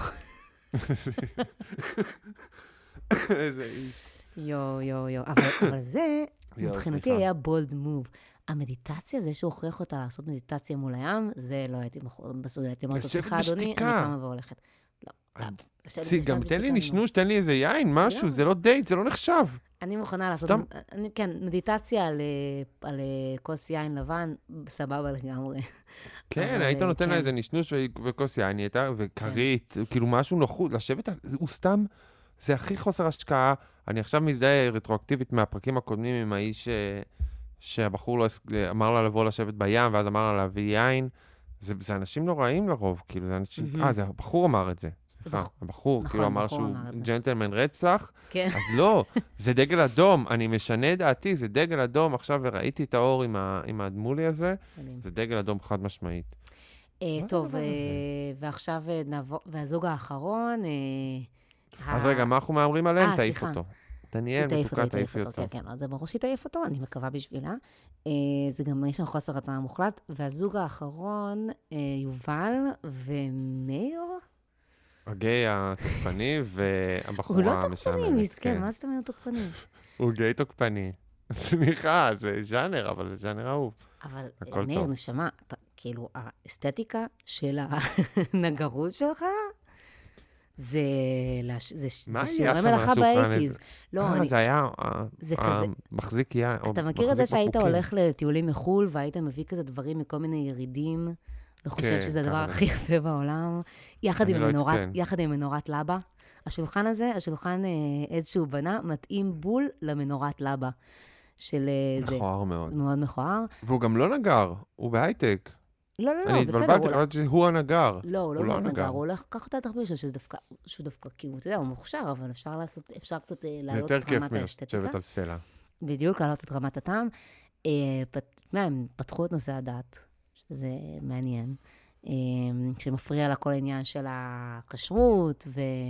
איזה איש. יו. אבל זה, מבחינתי היה בולד מוב. המדיטציה, זה שהוא הוכריח אותה לעשות מדיטציה מול הים, זה לא הייתי בסוגיה, הייתי אומרת, סליחה, אדוני, אני קמה והולכת. לא. גם תן לי נשנוש, תן לי איזה יין, משהו, זה לא דייט, זה לא נחשב. אני מוכנה לעשות, כן, מדיטציה על כוס יין לבן, סבבה לגמרי. כן, היית נותן לה איזה נשנוש וכוס יין, וקרית, כאילו משהו נוחות, לשבת, הוא סתם, זה הכי חוסר השקעה. אני עכשיו מזדהה רטרואקטיבית מהפרקים הקודמים עם האיש שהבחור אמר לה לבוא לשבת בים, ואז אמר לה להביא יין. זה אנשים נוראים לרוב, כאילו זה אנשים... זה הבחור אמר את זה. סליחה, הבחור, כאילו אמר שהוא ג'נטלמן רצח. אז לא, זה דגל אדום, אני משנה דעתי, זה דגל אדום, עכשיו וראיתי את האור עם הדמולי הזה, זה דגל אדום חד משמעית. טוב, ועכשיו נעבור, והזוג האחרון... אז רגע, מה אנחנו מאמרים עליהם? תעיף אותו. דניאל, מתוקה, תעיפי אותו. כן, אז זה ברור שהיא תעיף אותו, אני מקווה בשבילה. זה גם, יש שם חוסר רצון מוחלט. והזוג האחרון, יובל ומאיר. הגיי התוקפני והבחורה המשעממת. הוא לא תוקפני, מסכן, מה זאת אומרת תוקפני? הוא גיי תוקפני. סליחה, זה ז'אנר, אבל זה ז'אנר אהוב. אבל מאיר, נשמע, כאילו, האסתטיקה של הנגרות שלך, זה שיעורי מלאכה באייטיז. זה היה מחזיק יין. אתה מכיר את זה שהיית הולך לטיולים מחול, והיית מביא כזה דברים מכל מיני ירידים, וחושב שזה הדבר הכי יפה בעולם, יחד עם מנורת לבה. השולחן הזה, השולחן איזשהו בנה, מתאים בול למנורת לבה. מכוער מאוד. מאוד מכוער. והוא גם לא נגר, הוא בהייטק. לא, אני התבלבלתי, חושבת שהוא הנגר. לא, הוא לא הנגר, הוא הולך לקח אותה תחביב שלו, שהוא דווקא, כאילו, אתה יודע, הוא מוכשר, אבל אפשר קצת להעלות את רמת האסתטיקה. יותר כיף לשבת על סלע. בדיוק, להעלות את רמת הטעם. הם פתחו את נושא הדת, שזה מעניין, שמפריע לה כל עניין של הכשרות,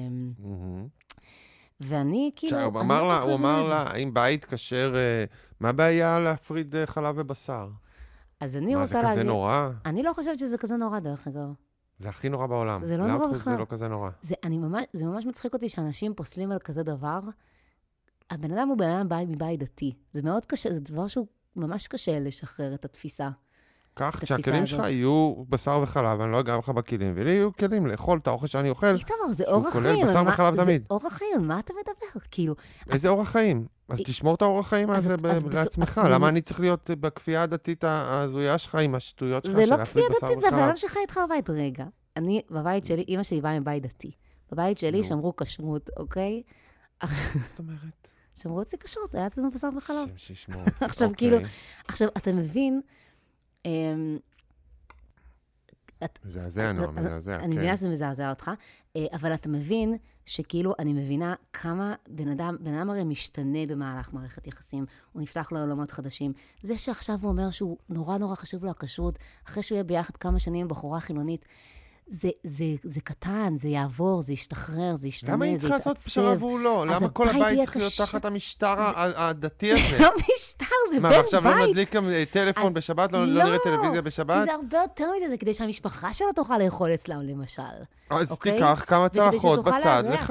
ואני כאילו... הוא אמר לה, אם בית כשר, מה הבעיה להפריד חלב ובשר? אז אני רוצה להגיד... זה כזה נורא? אני לא חושבת שזה כזה נורא, דרך אגב. זה הכי נורא בעולם. זה לא נורא בכלל. זה לא כזה נורא. זה ממש מצחיק אותי שאנשים פוסלים על כזה דבר. הבן אדם הוא בן אדם מבית דתי. זה מאוד קשה, זה דבר שהוא ממש קשה לשחרר את התפיסה. כך, שהכלים שלך יהיו בשר וחלב, אני לא אגע לך בכלים, ולי יהיו כלים לאכול את האוכל שאני אוכל. איתמר, זה אורח חיים. שהוא כולל בשר וחלב תמיד. זה אורח חיים, מה אתה מדבר? כאילו... איזה אורח חיים? אז תשמור את האורח חיים הזה לעצמך. למה אני צריך להיות בכפייה הדתית ההזויה שלך עם השטויות שלך של להפריד בשר וחלב? זה לא כפייה דתית, זה הבן שלך איתך בבית. רגע, אני, בבית שלי, אמא שלי באה מבית דתי. בבית שלי שמרו כשרות, אוקיי? זאת אומרת? שמרו אצלי כשרות, היה אצלנו בשר וחלב. שישמור. עכשיו, כאילו, עכשיו, אתה מבין... מזעזע, נועם, מזעזע. אני מבינה שזה מזעזע אותך, אבל אתה מבין שכאילו אני מבינה כמה בן אדם הרי משתנה במהלך מערכת יחסים, הוא נפתח לעולמות חדשים. זה שעכשיו הוא אומר שהוא נורא נורא חשוב לו הכשרות, אחרי שהוא יהיה ביחד כמה שנים עם בחורה חילונית, זה קטן, זה יעבור, זה ישתחרר, זה ישתנה, למה היא צריכה לעשות פשרה והוא לא? למה כל הבית צריך להיות תחת המשטר הדתי הזה? זה לא משטר, זה בן בית. מה, עכשיו לא נדליק גם טלפון בשבת, לא נראה טלוויזיה בשבת? זה הרבה יותר מזה, זה כדי שהמשפחה שלו תוכל לאכול אצלם, למשל. אז תיקח כמה צלחות בצד לך.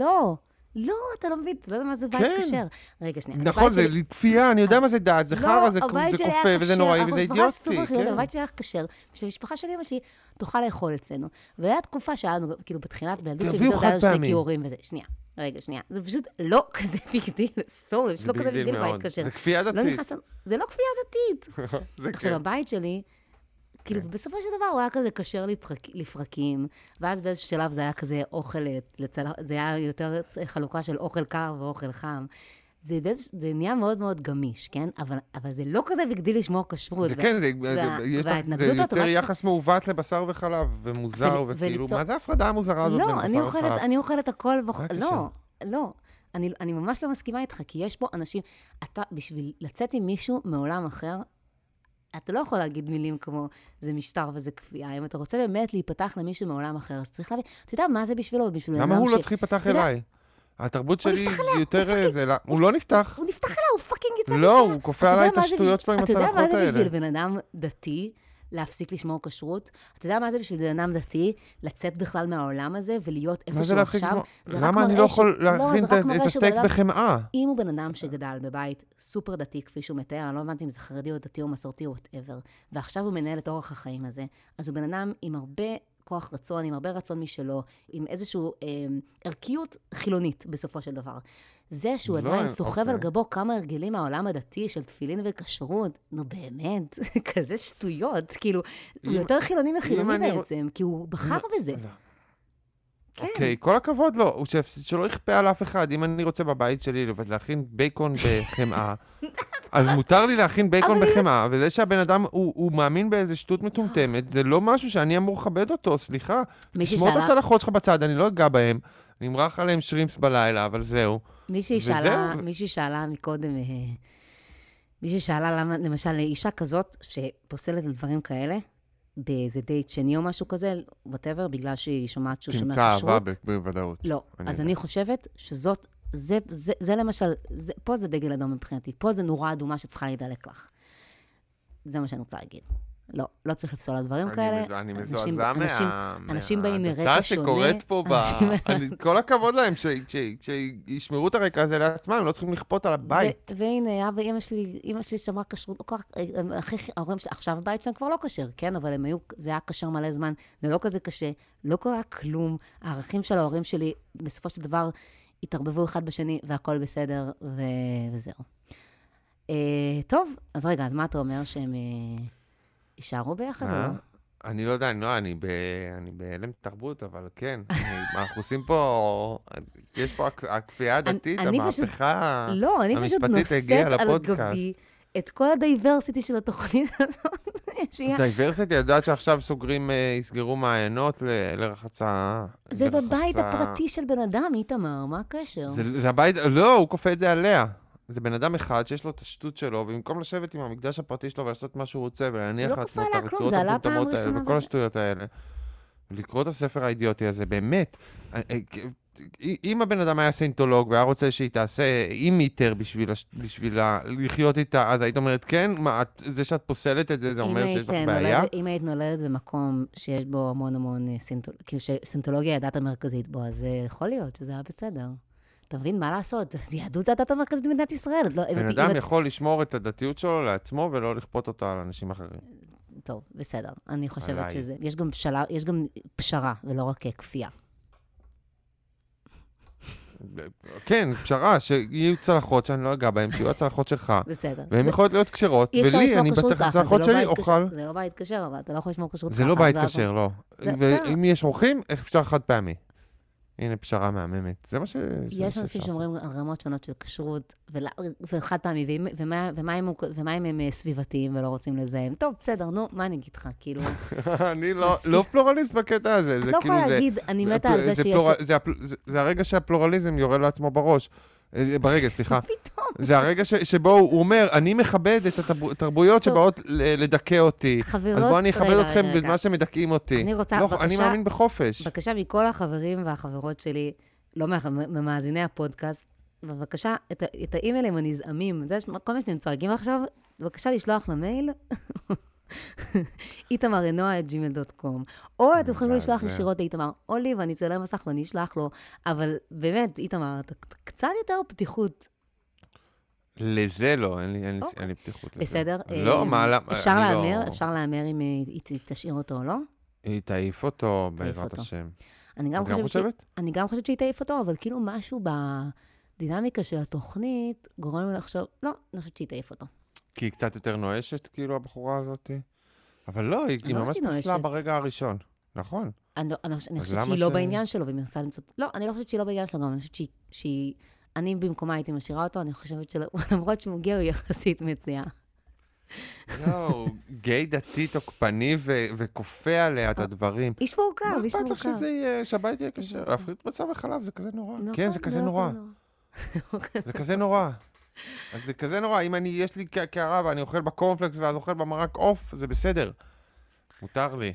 לא, אתה לא מבין, אתה לא יודע מה זה בית כשר. רגע, שנייה. נכון, זה כפייה, אני יודע מה זה דעת, זה חרא, זה קופה וזה נוראי וזה אידיוטי. הבית שלי היה כשר, בשביל המשפחה של אמא שלי תוכל לאכול אצלנו. והיה תקופה שהיה לנו, כאילו, בתחילת בילדות שלי, זה היה שני כיורים וזה. שנייה. זה פשוט לא כזה ביג דיל, סורי, זה לא כזה ביג דיל בית כשר. זה כפייה דתית. זה לא כפייה דתית. עכשיו, הבית שלי, כאילו, בסופו של דבר הוא היה כזה כשר לפרקים, ואז באיזשהו שלב זה היה כזה אוכל, זה היה יותר חלוקה של אוכל קר ואוכל חם. זה נהיה מאוד מאוד גמיש, כן? אבל זה לא כזה בגדיל לשמור כשרות. זה כן, זה יותר יחס מעוות לבשר וחלב, ומוזר, וכאילו, מה זה ההפרדה המוזרה הזאת בין בשר וחלב? לא, אני אוכלת הכל, לא. אני ממש לא מסכימה איתך, כי יש פה אנשים, אתה, בשביל לצאת עם מישהו מעולם אחר, אתה לא יכול להגיד מילים כמו, זה משטר וזה כפייה. אם אתה רוצה באמת להיפתח למישהו מעולם אחר, אז צריך להבין, אתה יודע מה זה בשבילו? למה הוא לא צריך להיפתח אליי? התרבות שלי יותר... הוא לא נפתח. הוא נפתח אליה, הוא פאקינג יצא משם. לא, הוא כופה עליי את השטויות שלו עם הצלחות האלה. אתה יודע מה זה בשביל בן אדם דתי להפסיק לשמור כשרות? אתה יודע מה זה בשביל בן אדם דתי לצאת בכלל מהעולם הזה ולהיות איפה שהוא עכשיו? למה אני לא יכול להכין את הסטייק בחמאה? אם הוא בן אדם שגדל בבית סופר דתי, כפי שהוא מתאר, אני לא הבנתי אם זה חרדי או דתי או מסורתי או whatever, ועכשיו הוא מנהל את אורח החיים הזה, אז הוא בן אדם עם הרבה כוח רצון, עם הרבה רצון משלו, עם איזשהו ערכיות חילונית בסופו של דבר. זה שהוא עדיין סוחב על גבו כמה הרגלים מהעולם הדתי של תפילין וכשרות, נו באמת, כזה שטויות, כאילו, הוא יותר חילוני מחילוני בעצם, כי הוא בחר בזה. אוקיי, כל הכבוד לו, שלא יכפה על אף אחד, אם אני רוצה בבית שלי להכין בייקון בחמאה, אז מותר לי להכין בייקון בחמאה, וזה שהבן אדם הוא מאמין באיזה שטות מטומטמת, זה לא משהו שאני אמור לכבד אותו, סליחה. תשמור את הצלחות שלך בצד, אני לא אגע בהם, אני אמרח עליהם שרימפס בלילה, אבל זהו. מישהי שאלה מקודם, מישהי שאלה למה, למשל, אישה כזאת שפוסלת על דברים כאלה, באיזה דייט שני או משהו כזה, whatever, בגלל שהיא שומעת שהוא שומע כשרות. תמצא אהבה בוודאות. לא, אז אני חושבת שזאת, זה למשל, פה זה דגל אדום מבחינתי, פה זה נורה אדומה שצריכה להידלק לך. זה מה שאני רוצה להגיד. לא צריך לפסול על דברים כאלה. אני מזועזע אנשים באים מרקע מהדתה שונה. שקורית פה, כל הכבוד להם, שישמרו את הרקע הזה לעצמם, הם לא צריכים לכפות על הבית. והנה, אמא שלי שמרה כשרות, עכשיו הבית שלהם כבר לא כשר, כן? אבל זה היה כשר מלא זמן, זה לא כזה קשה, לא קרה כלום. הערכים של ההורים שלי, בסופו של דבר, התערבבו אחד בשני, והכל בסדר, וזהו. טוב, אז רגע, אז מה אתה אומר שהם יישארו ביחד או לא? אני לא יודע, אני בהלם תרבות, אבל כן, אנחנו עושים פה, יש פה הכפייה הדתית, המהפכה המשפטית הגיעה לפודקאסט. את כל הדייברסיטי של התוכנית הזאת. דייברסיטי, יודעת שעכשיו יסגרו מעיינות לרחצה. זה בבית הפרטי של בן אדם, איתמר, מה הקשר? זה הבית, לא, הוא כופה את זה עליה. זה בן אדם אחד שיש לו את השטות שלו, ובמקום לשבת עם המקדש הפרטי שלו ולעשות מה שהוא רוצה, ולהניח לעצמו את הרצועות המטומטמות האלה, וכל השטויות האלה. לקרוא את הספר האידיוטי הזה, באמת. אם הבן אדם היה סינטולוג, והיה רוצה שהיא תעשה עם מיטר בשביל לחיות איתה, אז היית אומרת, כן, זה שאת פוסלת את זה, זה אומר שיש לך בעיה? אם היית נולדת במקום שיש בו המון כאילו שסינטולוגיה היא הדת המרכזית בו, אז יכול להיות שזה היה בסדר. אתה מבין מה לעשות? יהדות זה הדת המרכזית במדינת ישראל. בן אדם יכול לשמור את הדתיות שלו לעצמו, ולא לכפות אותה על אנשים אחרים. טוב, בסדר. אני חושבת שזה... יש גם פשרה, ולא רק כפייה. כן, פשרה, שיהיו צלחות שאני לא אגע בהן, שיהיו הצלחות שלך. בסדר. והן יכולות להיות כשרות, ולי, אני בתוך הצלחות שלי אוכל. זה לא בית כשר, אבל אתה לא יכול לשמור כשרות. זה לא בית כשר, לא. ואם יש אורחים, איך אפשר חד פעמי? הנה פשרה מהממת. זה מה יש אנשים שאומרים על רמות שונות של כשרות, וחד פעמי, ומה אם הם סביבתיים ולא רוצים לזהם? טוב, בסדר, נו, מה אני אגיד לך? כאילו... אני לא פלורליסט בקטע הזה. את לא יכולה להגיד, אני מתה על זה שיש... זה הרגע שהפלורליזם יורה לעצמו בראש. ברגע, סליחה. זה הרגע שבו הוא אומר, אני מכבד את התרבויות שבאות לדכא אותי. אז בואו אני אכבד אתכם במה שמדכאים אותי. אני מאמין בחופש. בבקשה מכל החברים והחברות שלי, לא ממאזיני הפודקאסט, בבקשה, את האימיילים הנזעמים, זה כל מה שאתם צועקים עכשיו, בבקשה לשלוח למייל, itamar@gmail.com, או אתם יכולים לשלוח ישירות לאיתמר, או לי, ואני אצלם מסך ואני אשלח לו, אבל באמת, איתמר, קצת יותר פתיחות. לזה לא, אין לי פתיחות לזה. בסדר. לא, אפשר להמר אם היא תשאיר אותו או לא? היא תעיף אותו בעזרת השם. אני גם חושבת שהיא תעיף אותו, אבל כאילו משהו בדינמיקה של התוכנית גורם לי לחשוב, לא, אני חושבת שהיא תעיף אותו. כי היא קצת יותר נואשת, כאילו, הבחורה הזאת? אבל לא, היא ממש פסלה ברגע הראשון, נכון? אני חושבת שהיא לא בעניין שלו, והיא מנסה למצוא... לא, אני לא חושבת שהיא לא בעניין שלו, גם אני חושבת שהיא... אני במקומה הייתי משאירה אותו, אני חושבת שלמרות שהוא מגיע, הוא יחסית מציעה. לא, גיי דתי תוקפני וכופה עליה את הדברים. איש מורכב, איש מורכב. מה אכפת לך שזה יהיה, שהבית יהיה כשר? להפריט בשר וחלב, זה כזה נורא. כן, זה כזה נורא. זה כזה נורא. זה כזה נורא. אם יש לי קערה ואני אוכל בקורנפלקס ואז אוכל במרק עוף, זה בסדר. מותר לי.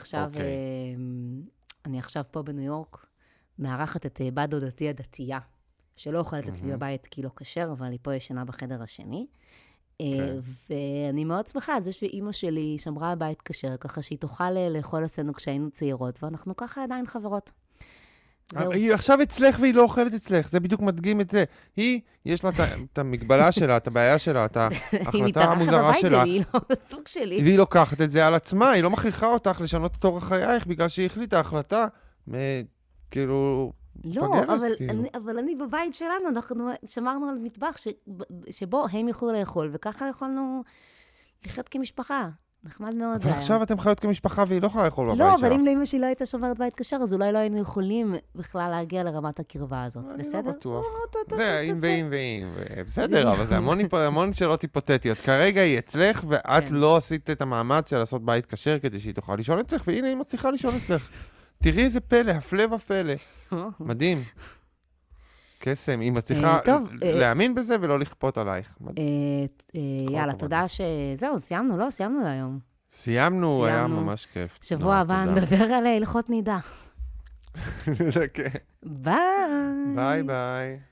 אני עכשיו פה בניו יורק, מארחת את בת דודתי הדתייה, שלא אוכלת אצלי בבית כי לא כשר, אבל היא פה ישנה בחדר השני. ואני מאוד שמחה על זה שאימא שלי שמרה בבית כשר, ככה שהיא תוכל לאכול אצלנו כשהיינו צעירות, ואנחנו ככה עדיין חברות. היא עכשיו אצלך והיא לא אוכלת אצלך, זה בדיוק מדגים את זה. היא, יש לה את המגבלה שלה, את הבעיה שלה, את ההחלטה המוזרה שלה. היא מתארחת בבית שלי, היא לא בסוג שלי. והיא לוקחת את זה על עצמה, היא לא מכריחה אותך לשנות את אורח חייך, בגלל שהיא החליטה החלטה, כאילו... לא, אבל אני בבית שלנו, אנחנו שמרנו על מטבח שבו הם יוכלו לאכול, וככה יכולנו לחיות כמשפחה. נחמד מאוד. אבל עכשיו אתם חיות כמשפחה והיא לא יכולה לאכול בבית שלך. לא, אבל אם לאמא שלי לא הייתה שומרת בית כשר, אז אולי לא היינו יכולים בכלל להגיע לרמת הקרבה הזאת. בסדר? אני לא בטוח. זה אם. בסדר, אבל זה המון שאלות היפותטיות. כרגע היא אצלך, ואת לא עשית את המאמץ של לעשות בית כשר כדי שהיא תוכל לישון אצלך, והנה היא מצליחה לישון אצלך. תראי איזה פלא, הפלא ופלא. מדהים. קסם, היא מצליחה להאמין בזה ולא לכפות עלייך. יאללה, תודה שזהו, סיימנו, לא? סיימנו להיום. סיימנו, היה ממש כיף. שבוע הבא נדבר על הלכות נידה. ביי. ביי ביי.